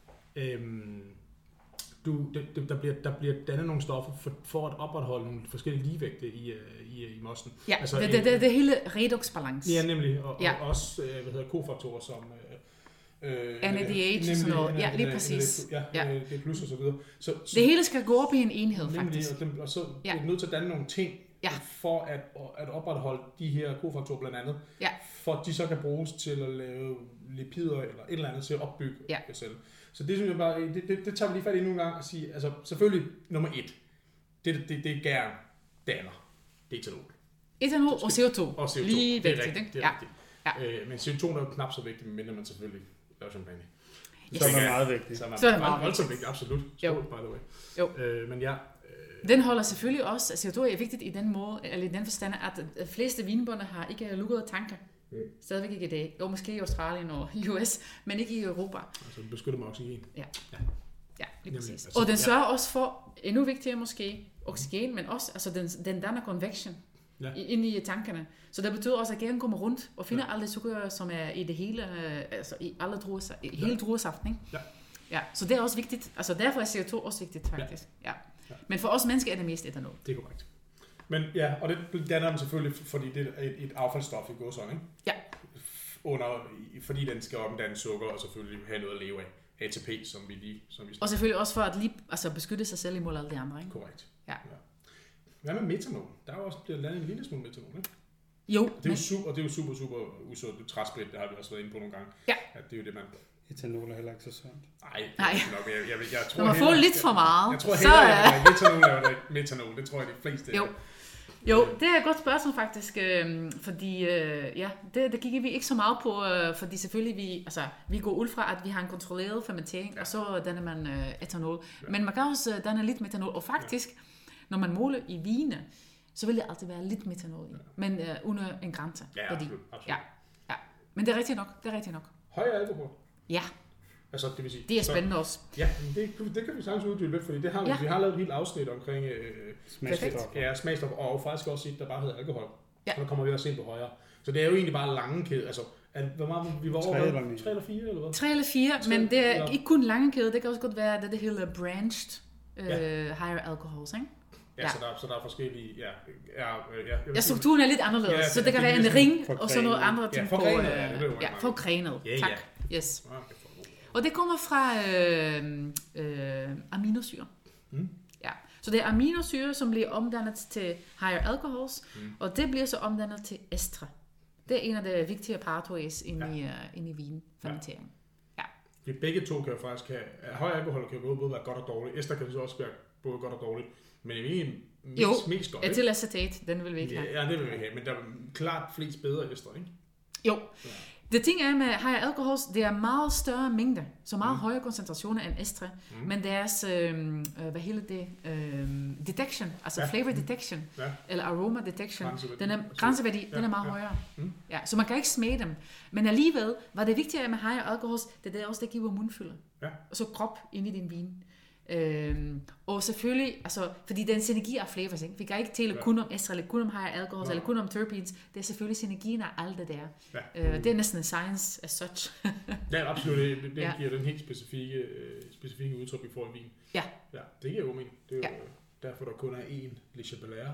øhm, du, det, det, der, bliver, der bliver dannet nogle stoffer for, for at opretholde nogle forskellige ligevægte i, i, i mosten. Ja, altså, det, det, det, det hele redoxbalance. Ja, nemlig. Og, ja. og også hvad hedder, kofaktorer som N A D H og sådan noget. Ja, lige præcis. Ja, ja. Det plus og så videre. Så, så, det hele skal gå op i en enhed, nemlig, faktisk. Og, dem, og så ja. er du nødt til at danne nogle ting, ja. for at, at opretholde de her kofaktorer blandt andet, ja. for at de så kan bruges til at lave lipider eller et eller andet til at opbygge ja. selv. Så det synes jeg bare, det, det, det tager vi lige fat i nogle gange og sige, altså selvfølgelig nummer et, det, det, det er gæren danner, det er etanol. Etanol og C O to. Og C O to. Lige det er vigtigt, rigtigt. Det er ja. rigtigt. Øh, men C O to er jo knap så vigtigt, medmindre man selvfølgelig laver champagne. Yes. Så er det meget vigtigt. Så er så er det meget voldsomt vigtigt, absolut. Jo. By the way. Jo. Øh, men ja. Øh, den holder selvfølgelig også, C O to er vigtigt i den måde, eller i den forstand, at de fleste vinbønder har ikke lukkede tanker. Mm. Stadigvæk ikke i dag. Jo, måske i Australien og U S, men ikke i Europa. Altså den beskytter med oxygen. Ja. Ja, ja lige præcis. Altså, og den sørger ja. også for, endnu vigtigere måske, oxygen, men også, altså den, den danner convection. Ja. Inde i tankerne. Så det betyder også, at gæren kommer rundt og finder ja. alle sukker, som er i det hele, altså i alle druer, i hele ja. druesaften, ikke? Ja. Ja. Så det er også vigtigt. Altså derfor er C O to også vigtigt, faktisk. Ja. Ja. Ja. Men for os mennesker er det mest etanol. Det er korrekt. Men ja, og det danner den selvfølgelig, fordi det er et, et affaldsstof i går sådan, ikke? Ja. Under, fordi den skal omdanne sukker og selvfølgelig have noget at leve af. A T P, som vi lige... Som vi og selvfølgelig også for at lige, altså beskytte sig selv imod alle de andre, ikke? Korrekt. Ja. Ja. Hvad med metanol? Der er jo også blevet landet en lille smule metanol, ikke? Jo. Og det er jo super, og det er jo super, super usundt. Træsplit, det har vi også været inde på nogle gange. Ja. At det er jo det, man... Etanol er heller ikke så sundt. Nej, det Nej. er nok. Jeg, jeg, jeg, jeg tror, når man får lidt for meget, jeg tror hellere, at jeg metanol er metanol. Det tror jeg, de fleste jo. Jo, det er et godt spørgsmål faktisk, øh, fordi øh, ja, det, det kigger vi ikke så meget på, øh, fordi selvfølgelig vi, altså, vi går ud fra, at vi har en kontrolleret fermentering, ja. og så danner man øh, etanol. Ja. Men man kan også danne lidt metanol, og faktisk, ja. når man måler i vine, så vil det altid være lidt metanol i, ja. men uh, under en grænse. Ja, fordi, absolut, absolut. Ja, ja. Men det er rigtigt nok, det er rigtigt nok. Høj alkohol? Ja. Altså, det vil sige... Det er spændende så, også. Ja, det, det kan vi sagtens uddybe lidt, fordi det har, ja. vi har lavet et helt afsnit omkring øh, smagstof. Ja, smagstof, og faktisk også et, der bare hedder alkohol. Ja. Så der kommer vi også ind på højere. Så det er jo egentlig bare lange kæde. Altså, at, hvor meget vi var over? Tre eller, tre eller fire, eller hvad? Tre eller fire, tre, men det er eller... ikke kun lange kæde. Det kan også godt være, at det hedder branched uh, ja. higher alcohols, ikke? Ja, ja. Så, der, så der er forskellige... Ja, ja, ja, ja strukturen er lidt anderledes, ja, så det kan være en ring, og så noget andre ting ja, på... Uh, ja, forgrenet. Ja, tak. Ja. Yes. Og det kommer fra øh, øh, aminosyre. Mm. Ja. Så det er aminosyre, som bliver omdannet til higher alcohols, mm. og det bliver så omdannet til estre. Det er en af de vigtige pathways inde ja. i, uh, inde i vinfermentering. Ja. Ja. Begge to kan jo faktisk have... Høj alkohol kan jo både være godt og dårligt. Ester kan så også være både godt og dårligt. Men i mest, jo, mest godt, etylacetat, den vil vi ikke have. Ja, ja, det vil vi have, men der er klart flest bedre ester, ikke? Jo. Ja. Det ting er med higher alcohols, det er meget større mængde, så meget mm. højere koncentrationer end estre, mm. men deres, øh, hvad hedder det, øh, detection, altså ja. flavor detection, ja. eller aroma detection, grænseværdi, den er, grænseværdi, ja. den er meget ja. højere. Mm. Ja, så man kan ikke smage dem. Men alligevel, hvad det vigtige er med higher alcohols, det er det også, det giver mundfylde. Ja. Og så krop ind i din vin. Øhm, og selvfølgelig, altså, fordi det er en synergi af flavors, ikke? Vi kan ikke tale ja. kun om estre, eller kun om higher alcohols, ja. eller kun om terpenes. Det er selvfølgelig synergien af alt det der. Ja. Øh, det er næsten en science as such. Ja, absolut. Det, det ja. giver den helt specifikke, øh, specifikke udtryk, vi får i vin. Ja. Ja, det giver jo mening. Det er jo ja. derfor, der kun er én Le Chabelaire,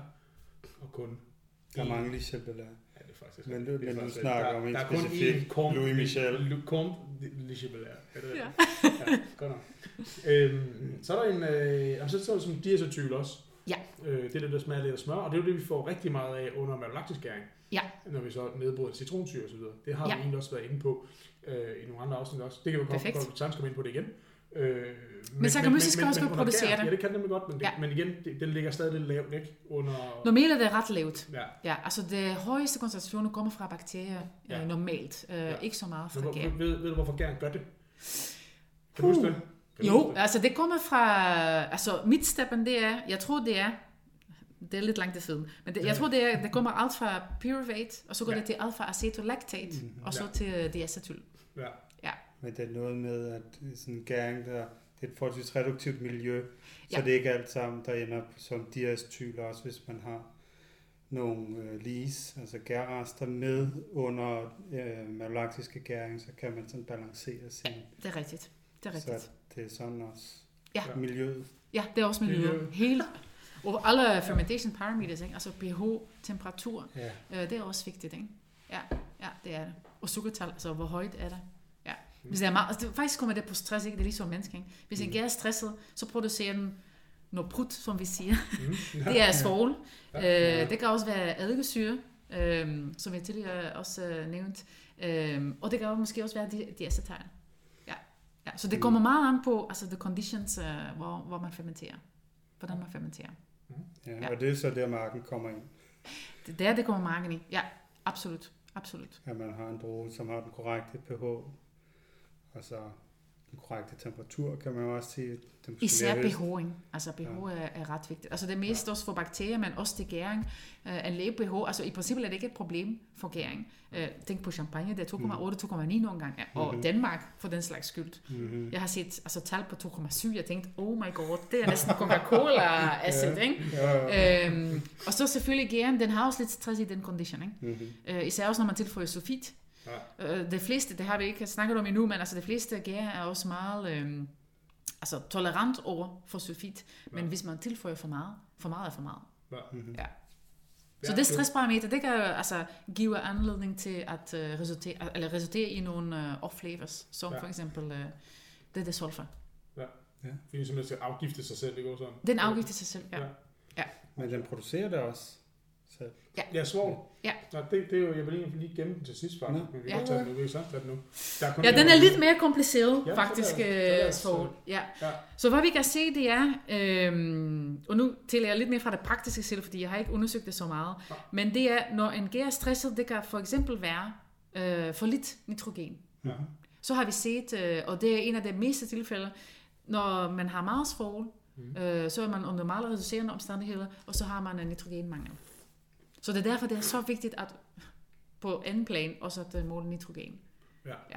og kun der er mange Le Chabelaire. Ja, det er faktisk... Men, det, men du snakker der, om en der specifik Louis Michel. Comte Le Chabelaire. Ja, det er ja. ja, godt nok. Øhm, så er der en... Øh, altså, så er det som diacetyl også. Ja. Øh, det er det, der smager lidt af smør, og det er jo det, vi får rigtig meget af under malolaktisk gæring. Ja. Når vi så nedbryder citronsyre og så videre. Det har ja. vi egentlig også været inde på øh, i nogle andre afsnit også. Det kan vi godt sagtens komme ind på det igen. Øh, men, men Saccharomyces skal også godt producere det. Ja, det kan det nemlig godt, men, det, ja. men igen, det, den ligger stadig lidt lavt, ikke? Under... Normalt er det ret lavt. Ja. Ja, altså det højeste koncentrationer kommer fra bakterier ja. øh, normalt. Øh, ja. Ikke så meget fra gær. Ved, ved du, hvorfor gæren gør det? Kan du huske det? Kan jo, det? altså det kommer fra... Altså midtsteppen, det er... Jeg tror, det er... Det er lidt langt til siden. Men det, jeg tror, det, er, det kommer alt fra pyruvate, og så går ja. det til alfa-acetolactat, mm-hmm. og så ja. til diacetyl. Ja. Ja. Men det er noget med, at sådan en gæring, der det er et forholdsvis reduktivt miljø, så ja. det er ikke alt sammen, der ender som diacetyl, også hvis man har nogle øh, lees, altså gærrester med under øh, malolaktiske gæring, så kan man sådan balancere sin... Ja, det er rigtigt. Det er rigtigt. Så det er sådan også ja. miljøet. Ja, det er også miljøet. Miljø. Hele, og alle fermentation parameters, ikke? Altså pH, temperatur, ja. øh, det er også vigtigt, ikke? Ja, ja, det er det. Og sukkertal, altså hvor højt er det? Ja. Hvis det er meget, altså, det, faktisk kommer det på stress, ikke? Det er ligesom menneske, ikke? Hvis en gær er stresset, så producerer den noget prut, som vi siger. Mm. Ja. Det er svovl. Ja. Øh, det kan også være eddikesyre, øh, som jeg tidligere også øh, nævnt. Øh, og det kan også, måske også være diacetyl. Ja. Ja. Så det kommer meget an på, altså the conditions, øh, hvor, hvor man fermenterer. Hvordan man fermenterer. Ja, ja. Og det er så der marken kommer ind. Det er der, det kommer marken i. Ja, absolut. Absolut. At man har en droge, som har den korrekte pH, og så den korrekte temperatur, kan man jo også sige. Især pH'ing. Altså pH ja. er, er ret vigtigt. Altså det er mest ja. også for bakterier, men også til gæring. Uh, en lav pH, altså i princippet er det ikke et problem for gæring. Uh, tænk på champagne, det er to komma otte til to komma ni nogle gange. Ja. Og mm-hmm. Danmark for den slags skyld. Mm-hmm. Jeg har set altså, tal på to komma syv, jeg tænkte, oh my god, det er næsten Coca-Cola acid, ikke? Ja. Ja. Øhm, og så selvfølgelig gæren, den har også lidt stress i den condition, ikke? Mm-hmm. Uh, især også når man tilføjer sulfit. Ja. Uh, de fleste, det har vi ikke snakket om endnu, men altså de fleste gærer er også meget... Øhm, altså tolerant over for sulfit, ja. Men hvis man tilføjer for meget, for meget er for meget. Ja. Mm-hmm. Ja. Så ja, det stressparameter, det kan altså give anledning til at uh, resultere, eller resultere i nogle uh, off-flavors, som ja. for eksempel uh, det er sulfur. Ja, ja. Fordi simpelthen skal afgifte sig selv, det går sådan. Den afgifter sig selv, ja. ja. ja. Men den producerer det også selv. Ja, ja svovl. Ja. Nå, det, det er jo, jeg vil lige, lige gemme den til sidst faktisk, men vi kan ja. godt tage den nu, vi kan sagt tage den nu. Ja, den er lidt mere kompliceret, ja, faktisk, svovl. Ja. Ja. Så hvad vi kan se, det er, øhm, og nu tæller jeg lidt mere fra det praktiske selv, fordi jeg har ikke undersøgt det så meget, ja. Men det er, når en gær er stresset, det kan for eksempel være øh, for lidt nitrogen. Ja. Så har vi set, øh, og det er en af de meste tilfælde, når man har meget svovl, mm. øh, så er man under meget reducerende omstændigheder, og så har man en nitrogenmangel. Så det er derfor, det er så vigtigt, at på anden plan også at måle nitrogen. Ja. ja.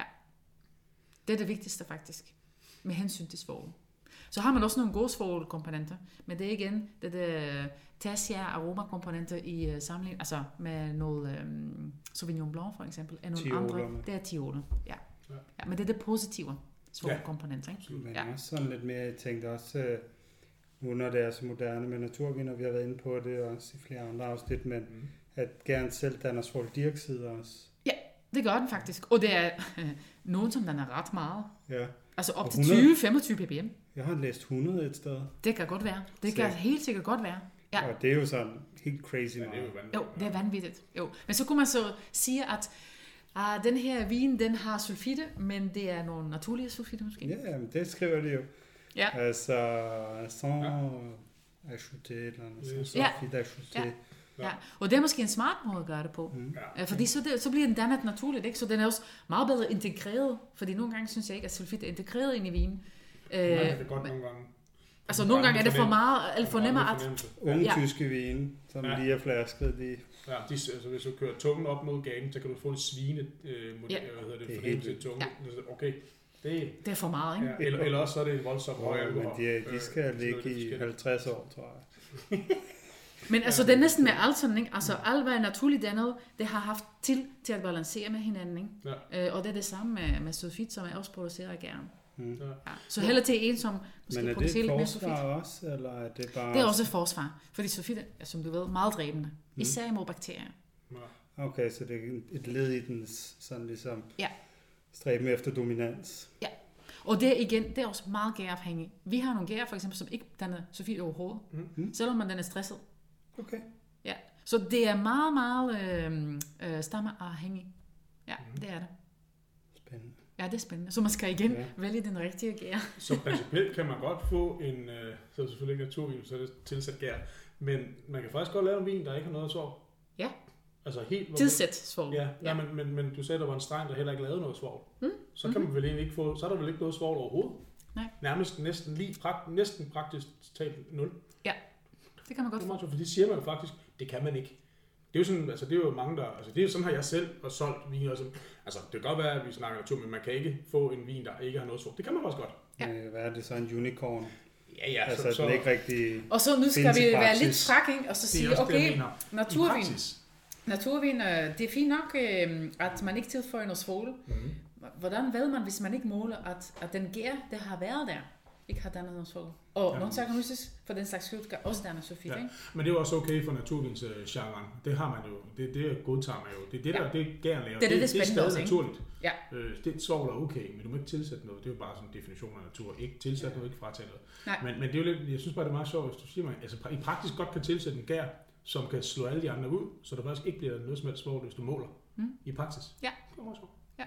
Det er det vigtigste faktisk, med hensyn til svovl. Så har man også nogle gode svovlkomponenter, men det er igen det er tertiære aromakomponenter i uh, sammenligning, altså med noget um, Sauvignon Blanc for eksempel, og nogle Tiolerne. andre, det er tioler. Ja. Ja. ja, men det er det positive svovlkomponenter. Ja. Men ja. også sådan lidt mere, jeg tænkte også, nu når det er så moderne med naturvin, og vi har været inde på det også i flere andre afsnit, men mm. at gerne selv danner svovldioxid også. Ja, det gør den faktisk, og det er øh, nogen, som den er ret meget. Ja. Altså op til tyve til femogtyve ppm. Jeg har læst hundrede et sted. Det kan godt være. Det kan så. helt sikkert godt være. Ja. Og det er jo sådan helt crazy meget. Ja, det er jo, jo, det er vanvittigt. Jo. Men så kunne man så sige, at ah, den her vin, den har sulfitte, men det er nogle naturlige sulfitte måske. Ja, men det skriver de jo. Ja. Altså, sans ja. ajouté, eller sans ja. sulfite ajouté. Ja. Ja, og det er måske en smart måde at gøre det på. Mm. Ja. Fordi så, det, så bliver den dannet naturligt, ikke? Så den er også meget bedre integreret, fordi nogle gange synes jeg ikke, at sulfit er integreret ind i vinen. Nej, det er det godt nogle gange. Altså nogle gange er det for meget, eller for nemmere at... Unge ja. tyske vine, som ja. lige er flasket, de... Ja, de, altså hvis du kører tungen op mod ganen, så kan du få en svine øh, model, ja. hvad hedder det, det fornemmelse i tungen. Ja. Okay, det, det er for meget, ikke? Ja, eller, eller også så er det en voldsom høj alkohol. Men de, de skal øh, ligge i halvtreds år, tror jeg. Men altså det er næsten med alt sådan, ikke? Altså alt hvad er naturligt dannet, det har haft til til at balancere med hinanden, ikke? Ja. Øh, og det er det samme med, med sulfit, som er også produceret af gæren. Mm. Ja. Så heller til en, som måske producerer lidt mere sulfit. Men er det et forsvar også, eller er det bare... Det er også et forsvar, fordi sulfit er, som du ved, meget dræbende, mm. især imod bakterier. Okay, så det er et led i den sådan ligesom ja. stræben efter dominans. Ja. Og det igen, det er også meget gærafhængigt. Vi har nogle gærer, for eksempel, som ikke danner sulfit overhovedet, mm. selvom man den er stresset. Okay. Ja, så det er meget, meget øh, øh, stammeafhængigt. Ja, mm. det er det. Spændende. Ja, det er spændende. Så man skal igen ja. vælge den rigtige gær. Så principielt kan man godt få en, øh, så er det selvfølgelig ikke naturvin, så er det tilsat gær, men man kan faktisk godt lave en vin, der ikke har noget svovl. Ja. Altså helt... Tilsæt svovl. Ja, ja. ja men, men, men du sagde, der var en streng, der heller ikke lavede noget svovl. Mm. Så kan mm-hmm. man vel egentlig ikke få, så er der vel ikke noget svovl overhovedet. Nej. Nærmest næsten lige, prakt, næsten praktisk talt nul. Ja. Det kan man godt det få. For det siger man jo faktisk, det kan man ikke. Det er jo sådan, altså det er jo mange der, altså det er jo sådan har jeg selv og solgt vin og sådan. Altså det kan godt være, at vi snakker natur, men man kan ikke få en vin, der ikke har noget svovl. Det kan man også godt. Ja. Hvad er det så, en unicorn? Ja, ja. Altså så, den ikke rigtig. Og så nu skal vi være lidt frak, ikke? Og så sige, okay, det, naturvin. Naturvin, det er fint nok, at man ikke tilføjer noget svovl. Mm-hmm. Hvordan ved man, hvis man ikke måler, at, at den gær, der har været der, ikke har dannet noget svovl? Og ja. nogle saccharomyces for den slags skyld skal også danne sulfit, ja. ikke? Men det er jo også okay for naturvinsgenren. Det har man jo. Det, det godtager man jo. Det er det, der ja. det gæren laver. Det er det, det, det, det er stadig naturligt. Ja. Øh, det svovl er okay, men du må ikke tilsætte noget. Det er jo bare sådan en definition af natur. Ikke tilsætte ja. noget, ikke fratage noget. Nej. Men, men det er jo lidt, jeg synes bare, det er meget sjovt, hvis du siger mig, altså i praktisk godt kan tilsætte en gær, som kan slå alle de andre ud, så der faktisk ikke bliver noget som helst svovl, hvis du måler mm. i praksis. Ja. Det er meget sjovt. Ja.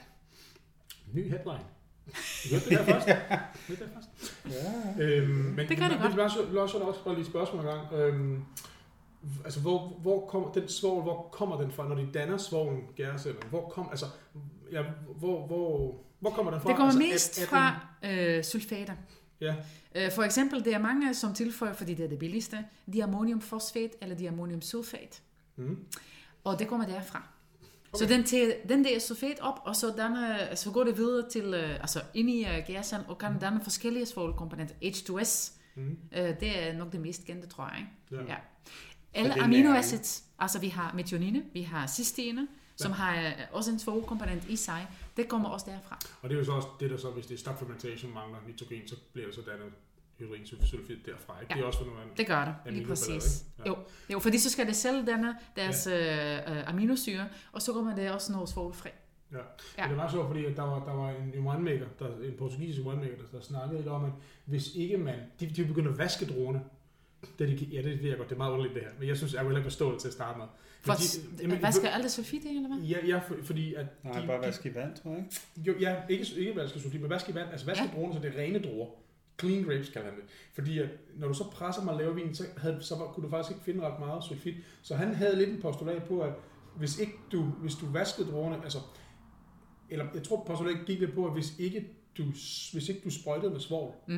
Ny headline. Du hørte det der først? Det der først. Ja. Øhm, men det kan det godt. Det er også, også bare lige et spørgsmål en gang. Øhm, altså, hvor, hvor kommer den svovl, hvor kommer den fra, når de danner svovlen, gærcellerne? Hvor kom, altså, ja, hvor, hvor, hvor kommer den fra? Det kommer altså, mest at, at fra øh, sulfater. Ja. Øh, for eksempel, det er mange, som tilføjer, fordi det er det billigste, diammoniumfosfat eller diammoniumsulfat. Mm. Og det kommer derfra. Okay. Så den, til, den der sulfat op, og så, danner, så går det videre til, altså ind i uh, gærsen, og kan danne forskellige svovlkomponenter. H to S, mm. uh, det er nok det mest kendte, tror jeg. Ikke? Ja. Ja. Alle aminoacids, altså vi har metionine, vi har cysteine, ja. som har uh, også en svovlkomponent i sig, det kommer også derfra. Og det er jo så også det, der så, hvis det er stock fermentation mangler nitrogen, så bliver det så dannet hydrogensulfid derfra, ikke? Ja. Det er også for nogle det gør det, lige præcis. Ja. Jo. jo, fordi så skal det selv danne deres ja. øh, aminosyre, og så kommer det også noget svovlfri. Ja, ja. Det var så, fordi at der var, der var en, en winemaker, der, en portugisisk winemaker, der, der snakkede lidt om, at hvis ikke man, de, de begynder at vaske druerne, det, de, ja, det ved jeg godt, det er meget underligt det her, men jeg synes, jeg vil ikke forstå det til at starte med. For de, jamen, vasker alt det sulfit i, eller hvad? Ja, ja for, fordi at... Nej, de, bare vaske i vand, tror jeg. Jo, ja, ikke, ikke vaske sulfit, men vaske i vand, altså vaske ja. druerne, så det er rene druer. Clean grapes kalder han det. Fordi at, når du så presser mig at lave vin, så, havde, så var, kunne du faktisk ikke finde ret meget sulfit. Så han havde lidt en postulat på, at hvis ikke du, hvis du vaskede druerne, altså, eller jeg tror postulatet gik lidt på, at hvis ikke du, hvis ikke du sprøjtede med svovl, mm.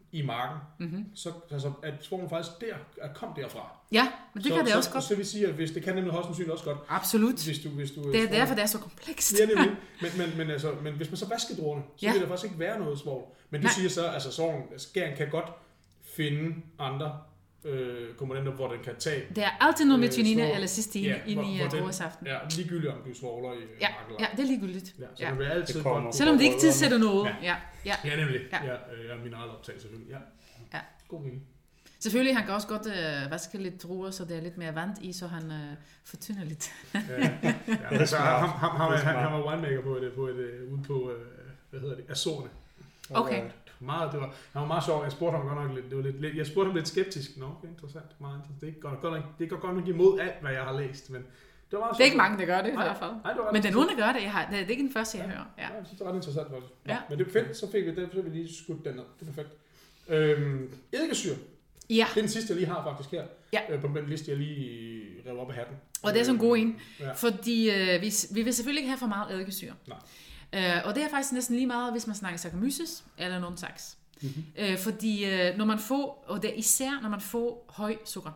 i marken, mm-hmm. så altså, at svoglen faktisk der, at kom derfra. Ja, men det så, kan det så, også godt. Så vil sige, at hvis det kan nemlig højst sandsynligt også godt. Absolut. Hvis du, hvis du, det er svogl. Derfor, det er så komplekst. Ja, nemlig. Men, men, men, altså, men hvis man så vasker druerne, så ja. vil der faktisk ikke være noget svogl. Men du Nej. siger så, at altså, svoglen, skæren kan godt finde andre øh, komponenter, hvor den kan tage. Det er altid noget metionine øh, eller cystine ja, ind i druesaften. Ja, ligegyldigt om du svogler i ja, ja, det er ligegyldigt. Ja, så ja. Det vil altid godt. Selvom det ikke tilsætter noget. Ja, ja, ja. ja nemlig. Ja. Ja, ja, min eget optag selvfølgelig. Ja. Ja. God mening. Selvfølgelig, han kan også godt øh, vaske lidt druer, så der er lidt mere vand i, så han øh, fortynder lidt. ja, ja. Altså, ham, ham, ham, han, han var winemaker på et, på et, uh, ude på, uh, hvad hedder det, Azorerne. Okay. Meget, det var, han var meget sjov. Jeg spurgte ham godt nok lidt, det var lidt, lidt jeg spurgte ham lidt skeptisk. Nå, okay, interessant, meget interessant. Det er ikke godt, godt, det går godt nok imod alt, hvad jeg har læst, men det var meget det er ikke mange, der gør det i hvert fald. Nej, det men det er nogen, der gør det. Jeg har, det er ikke den første, jeg ja, hører. Ja. Ja, jeg synes, det er ret interessant. Ja. Men det er fedt, så fik vi det, så vi lige skudt den ned. Det er perfekt. Øhm, eddikesyre. Ja. Det er den sidste, jeg lige har faktisk her. Ja. Øh, på den liste, jeg lige rev op af hatten. Og det er sådan en god en. Ja. Fordi øh, vi, vi vil selvfølgelig ikke have for meget eddikesyre. Nej. Øh, og det er faktisk næsten lige meget, hvis man snakker Saccharomyces eller nogen saks. Mm-hmm. Øh, fordi øh, når man får, og det er især når man får høj sukker,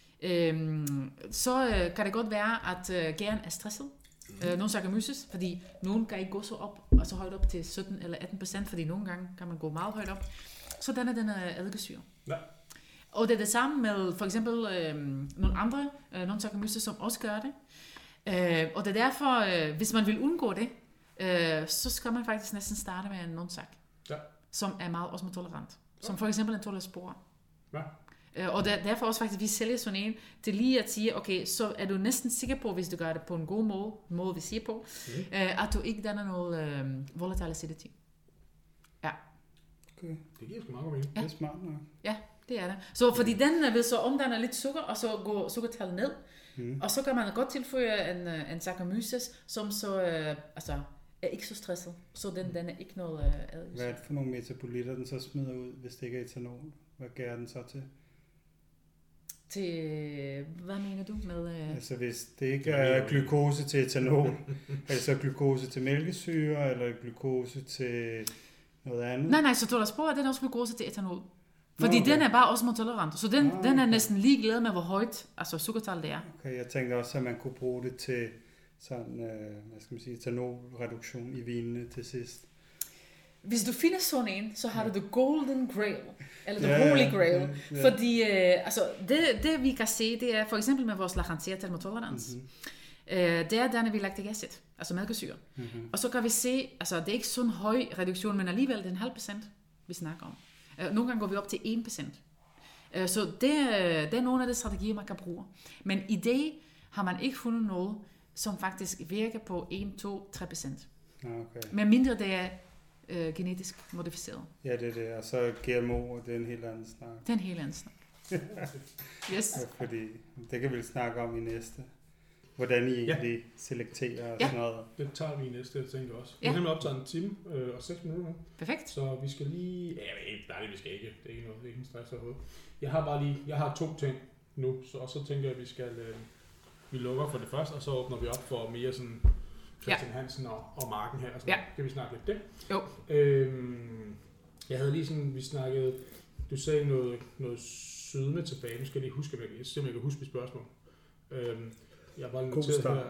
øh, så øh, kan det godt være, at øh, gæren er stresset. Mm-hmm. Øh, nogle Saccharomyces, fordi nogen kan ikke gå så op, og så højt op til sytten eller atten procent, fordi nogle gange kan man gå meget højt op. Så den er den eddikesyre. Ja. Og det er det samme med for eksempel øh, nogle andre, øh, nogle Saccharomyces, som også gør det. Øh, og det er derfor, øh, hvis man vil undgå det, øh, så skal man faktisk næsten starte med en non-sac, ja. som er meget osmotolerant. Som for eksempel en tolerspore. Ja. Øh, og der, derfor også faktisk, vi sælger sådan en til lige at sige, okay, så er du næsten sikker på, hvis du gør det på en god måde, måde vi siger på, mm. øh, at du ikke danner noget øh, volatile acidity. Ja. Okay. Det giver sgu meget god mening. Ja. Det er smart nok. Ja, det er det. Så fordi den vil så omdanne lidt sukker, og så går sukkertallet ned. Mm. Og så kan man godt tilføje en, en Saccharomyces, som så øh, altså, er ikke så stresset. Så den, den er ikke noget øh, adelse. Hvad er det for nogle metabolitter, den så smider ud, hvis det ikke er etanol? Hvad gør den så til? Til, hvad mener du med... Øh... Altså hvis det ikke er glukose til etanol, er det så glukose til mælkesyre, eller glukose til noget andet? Nej, nej, så tolerspor, den er også glukose til etanol. Fordi okay. den er bare osmotolerant, så den, ah, okay. den er næsten ligeglad med, hvor højt altså sukkertal det er. Okay, jeg tænkte også, at man kunne bruge det til sådan, øh, hvad skal man sige, etanolreduktion i vinene til sidst. Hvis du finder sådan en, så har ja. du the golden grail, eller the ja, holy grail. Ja, ja. Fordi øh, altså, det, det vi kan se, det er for eksempel med vores lagantere termotolerans. Mm-hmm. Øh, det er denne vi lactic acid, altså mælkesyre. Mm-hmm. Og så kan vi se, altså det er ikke sådan en høj reduktion, men alligevel det er en halv procent, vi snakker om. Øh, nogle gange går vi op til en procent. Øh, så det, det er nogle af de strategier, man kan bruge. Men i det har man ikke fundet noget, som faktisk virker på en, to, tre procent. Okay. Men mindre det er øh, genetisk modificeret. Ja, det er det. Og så G M O, det er en helt anden snak. Det er en helt anden snak. Yes. Ja, fordi det kan vi snakke om i næste. Hvordan I egentlig ja. selekterer og ja. sådan noget. Det tager vi i næste, jeg tænker også. Ja. Vi har nemlig optaget en time øh, og seks minutter nu. Perfekt. Så vi skal lige... Ja, nej, det vi skal ikke. Det er ikke noget, det er ikke en stress overhovedet. Jeg har bare lige... Jeg har to ting nu, så, og så tænker jeg, at vi skal... Øh, vi lukker for det første, og så åbner vi op for mere sådan... Christian ja. Hansen og, og Marken her. Og sådan. Ja. Kan vi snakke lidt det? Jo. Øhm, jeg havde lige sådan... Vi snakkede... Du sagde noget, noget sødme tilbage. Nu skal jeg lige huske, jeg simpelthen kan huske mit spørgsmål. Øhm, Jeg var God start.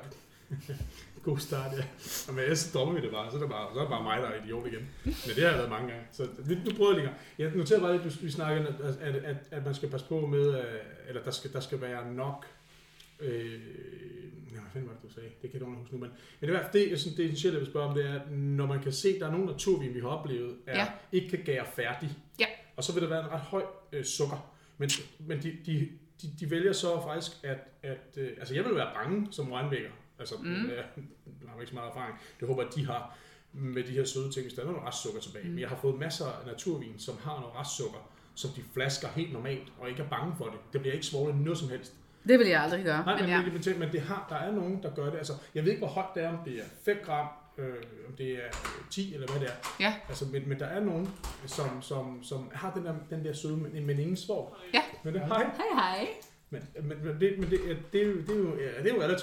God start, ja. Og men ellers drømmer vi det bare, så er det bare, så er det bare mig, der er idiot igen. Men det har jeg været mange gange. Så nu prøver jeg lige. Jeg noterede bare lidt, at vi snakkede, at, at, at man skal passe på med, eller der skal, der skal være nok... Øh, hvad fanden var det, du sagde? Det kan jeg ikke huske nu, men, men det er det, jeg synes, det essentielle, jeg vil spørge om, det er, når man kan se, at der er nogle naturvin, vi har oplevet, er, ja. ikke kan gære færdig. Ja. Og så vil der være en ret høj øh, sukker. Men, men de, de, de, de vælger så faktisk, at, at øh, altså jeg vil være bange som regnvækker. Altså, mm. jeg har ikke så meget erfaring. Det håber, at de har med de her søde ting, hvis der er noget restsukker tilbage. Mm. Men jeg har fået masser af naturvin, som har noget restsukker, som de flasker helt normalt, og ikke er bange for det. Det bliver ikke svoglet noget som helst. Det vil jeg aldrig gøre. Nej, men, men, ja. det, men det har, der er nogen, der gør det. Altså, jeg ved ikke, hvor højt det er, om det er fem gram, øh, om det er ti, eller hvad det er. Ja. Altså, men, men der er nogen, som, som, som har den der, den der søde, men, men ingen svogl. Ja. Men det, hej. Hej, hej. Men, men, men, det, men det, det, det, er jo, det, er jo, ja, det er jo relativt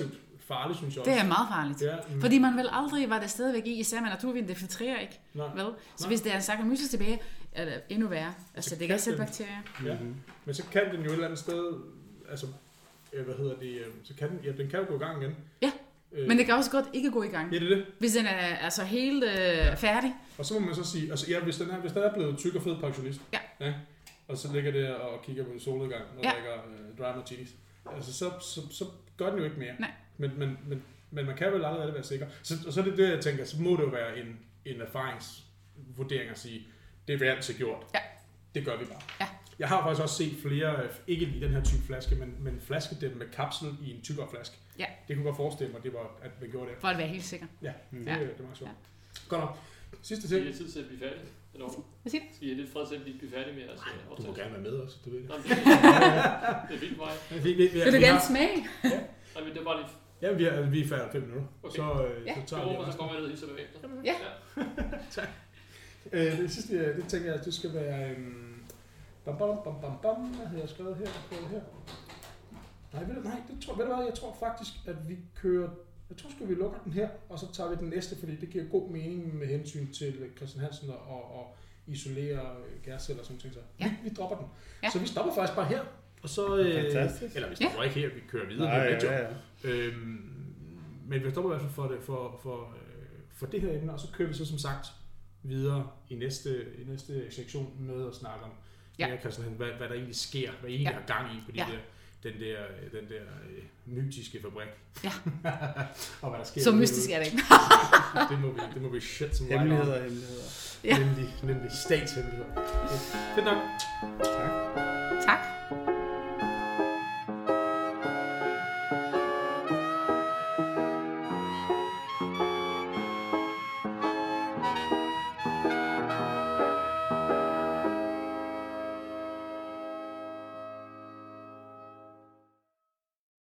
farligt, synes jeg også. Det er meget farligt. Ja, mm. Fordi man vil aldrig være det stadigvæk i, især med naturvin, det filtrerer ikke. Nej. Vel? Så Nej. hvis det er en Saccharomyces tilbage, er det endnu værre. Altså, Så det kan kan sætte den- bakterier. Ja. Mm-hmm. Men så kan den jo et eller andet sted, altså, øh, hvad hedder det, øh, så kan den, ja, den kan jo gå i gang igen. Ja, øh, men det kan også godt ikke gå i gang. Ja, det er det. Hvis den er altså helt øh, færdig. Og så må man så sige, altså ja, hvis den er, hvis den er blevet tyk og fed pensionist, Ja. ja, og så ligger der og kigger på en solnedgang og Ja. drikker øh, dry martinis, altså så, så, så gør den jo ikke mere. Nej. Men, men, men, men man kan vel allerede være sikker. Så, og så er det det, jeg tænker, så må det jo være en, en erfaringsvurdering at sige, det er vi altid gjort. Ja. Det gør vi bare. Ja. Jeg har faktisk også set flere, øh, ikke i den her type flaske, men, men flaskedæm med kapsel i en tykkere flaske. Ja. Det kunne godt forestille mig, det var, at man gjorde det. For at være helt sikker. Ja, det, Ja. det, det er meget sjovt. Ja. Godt nok. Sidste Skal I ting. have tid til at blive færdige? Eller hvad? Hvad siger du? Skal I have lidt fred til at blive blive færdige med jeres øh, Du må optagelse? gerne være med også, du ved det. Nå, men det er- det er vildt mig. Vi, vi, vi, Vil du vi gerne har- smage? Nej, men det er bare lidt... Ja, vi er, vi er færdige fem minutter. Okay. Så, øh, Ja. så Jeg tager vi håber, så resten. kommer jeg ned i så bagefter. Ja. Øh, det sidste, øh, det tænker jeg, det skal være... Øhm, bam, bam, bam, bam, bam. Hvad havde jeg skrevet her? Skrevet her? Nej, ved du, nej, det tror, ved du hvad, jeg tror faktisk, at vi kører... Jeg tror sgu, vi lukker den her, og så tager vi den næste, fordi det giver god mening med hensyn til Christian Hansen og, og isolere gærceller og sådan ting. Så Ja. vi, vi dropper den. Ja. Så vi stopper faktisk bare her. Og så, øh, Fantastisk. eller vi stopper ikke her, vi kører videre. Nej, med ja, ja, ja. Øhm, men vi stopper i hvert fald for det, for, for, øh, for det her emne, og så kører vi så som sagt videre i næste, i næste sektion med at snakke om, Ja. ja. Christian, hvad, hvad der egentlig sker, hvad I egentlig Ja. har gang i på de Ja. der, den der, den der øh, mytiske fabrik. Ja. Og hvad der sker. Så derude. mystisk er det ikke. det, må vi, det må vi shit som right on. Hemmeligheder, hemmeligheder. Ja. Nemlig, nemlig statshemmeligheder. Fedt nok.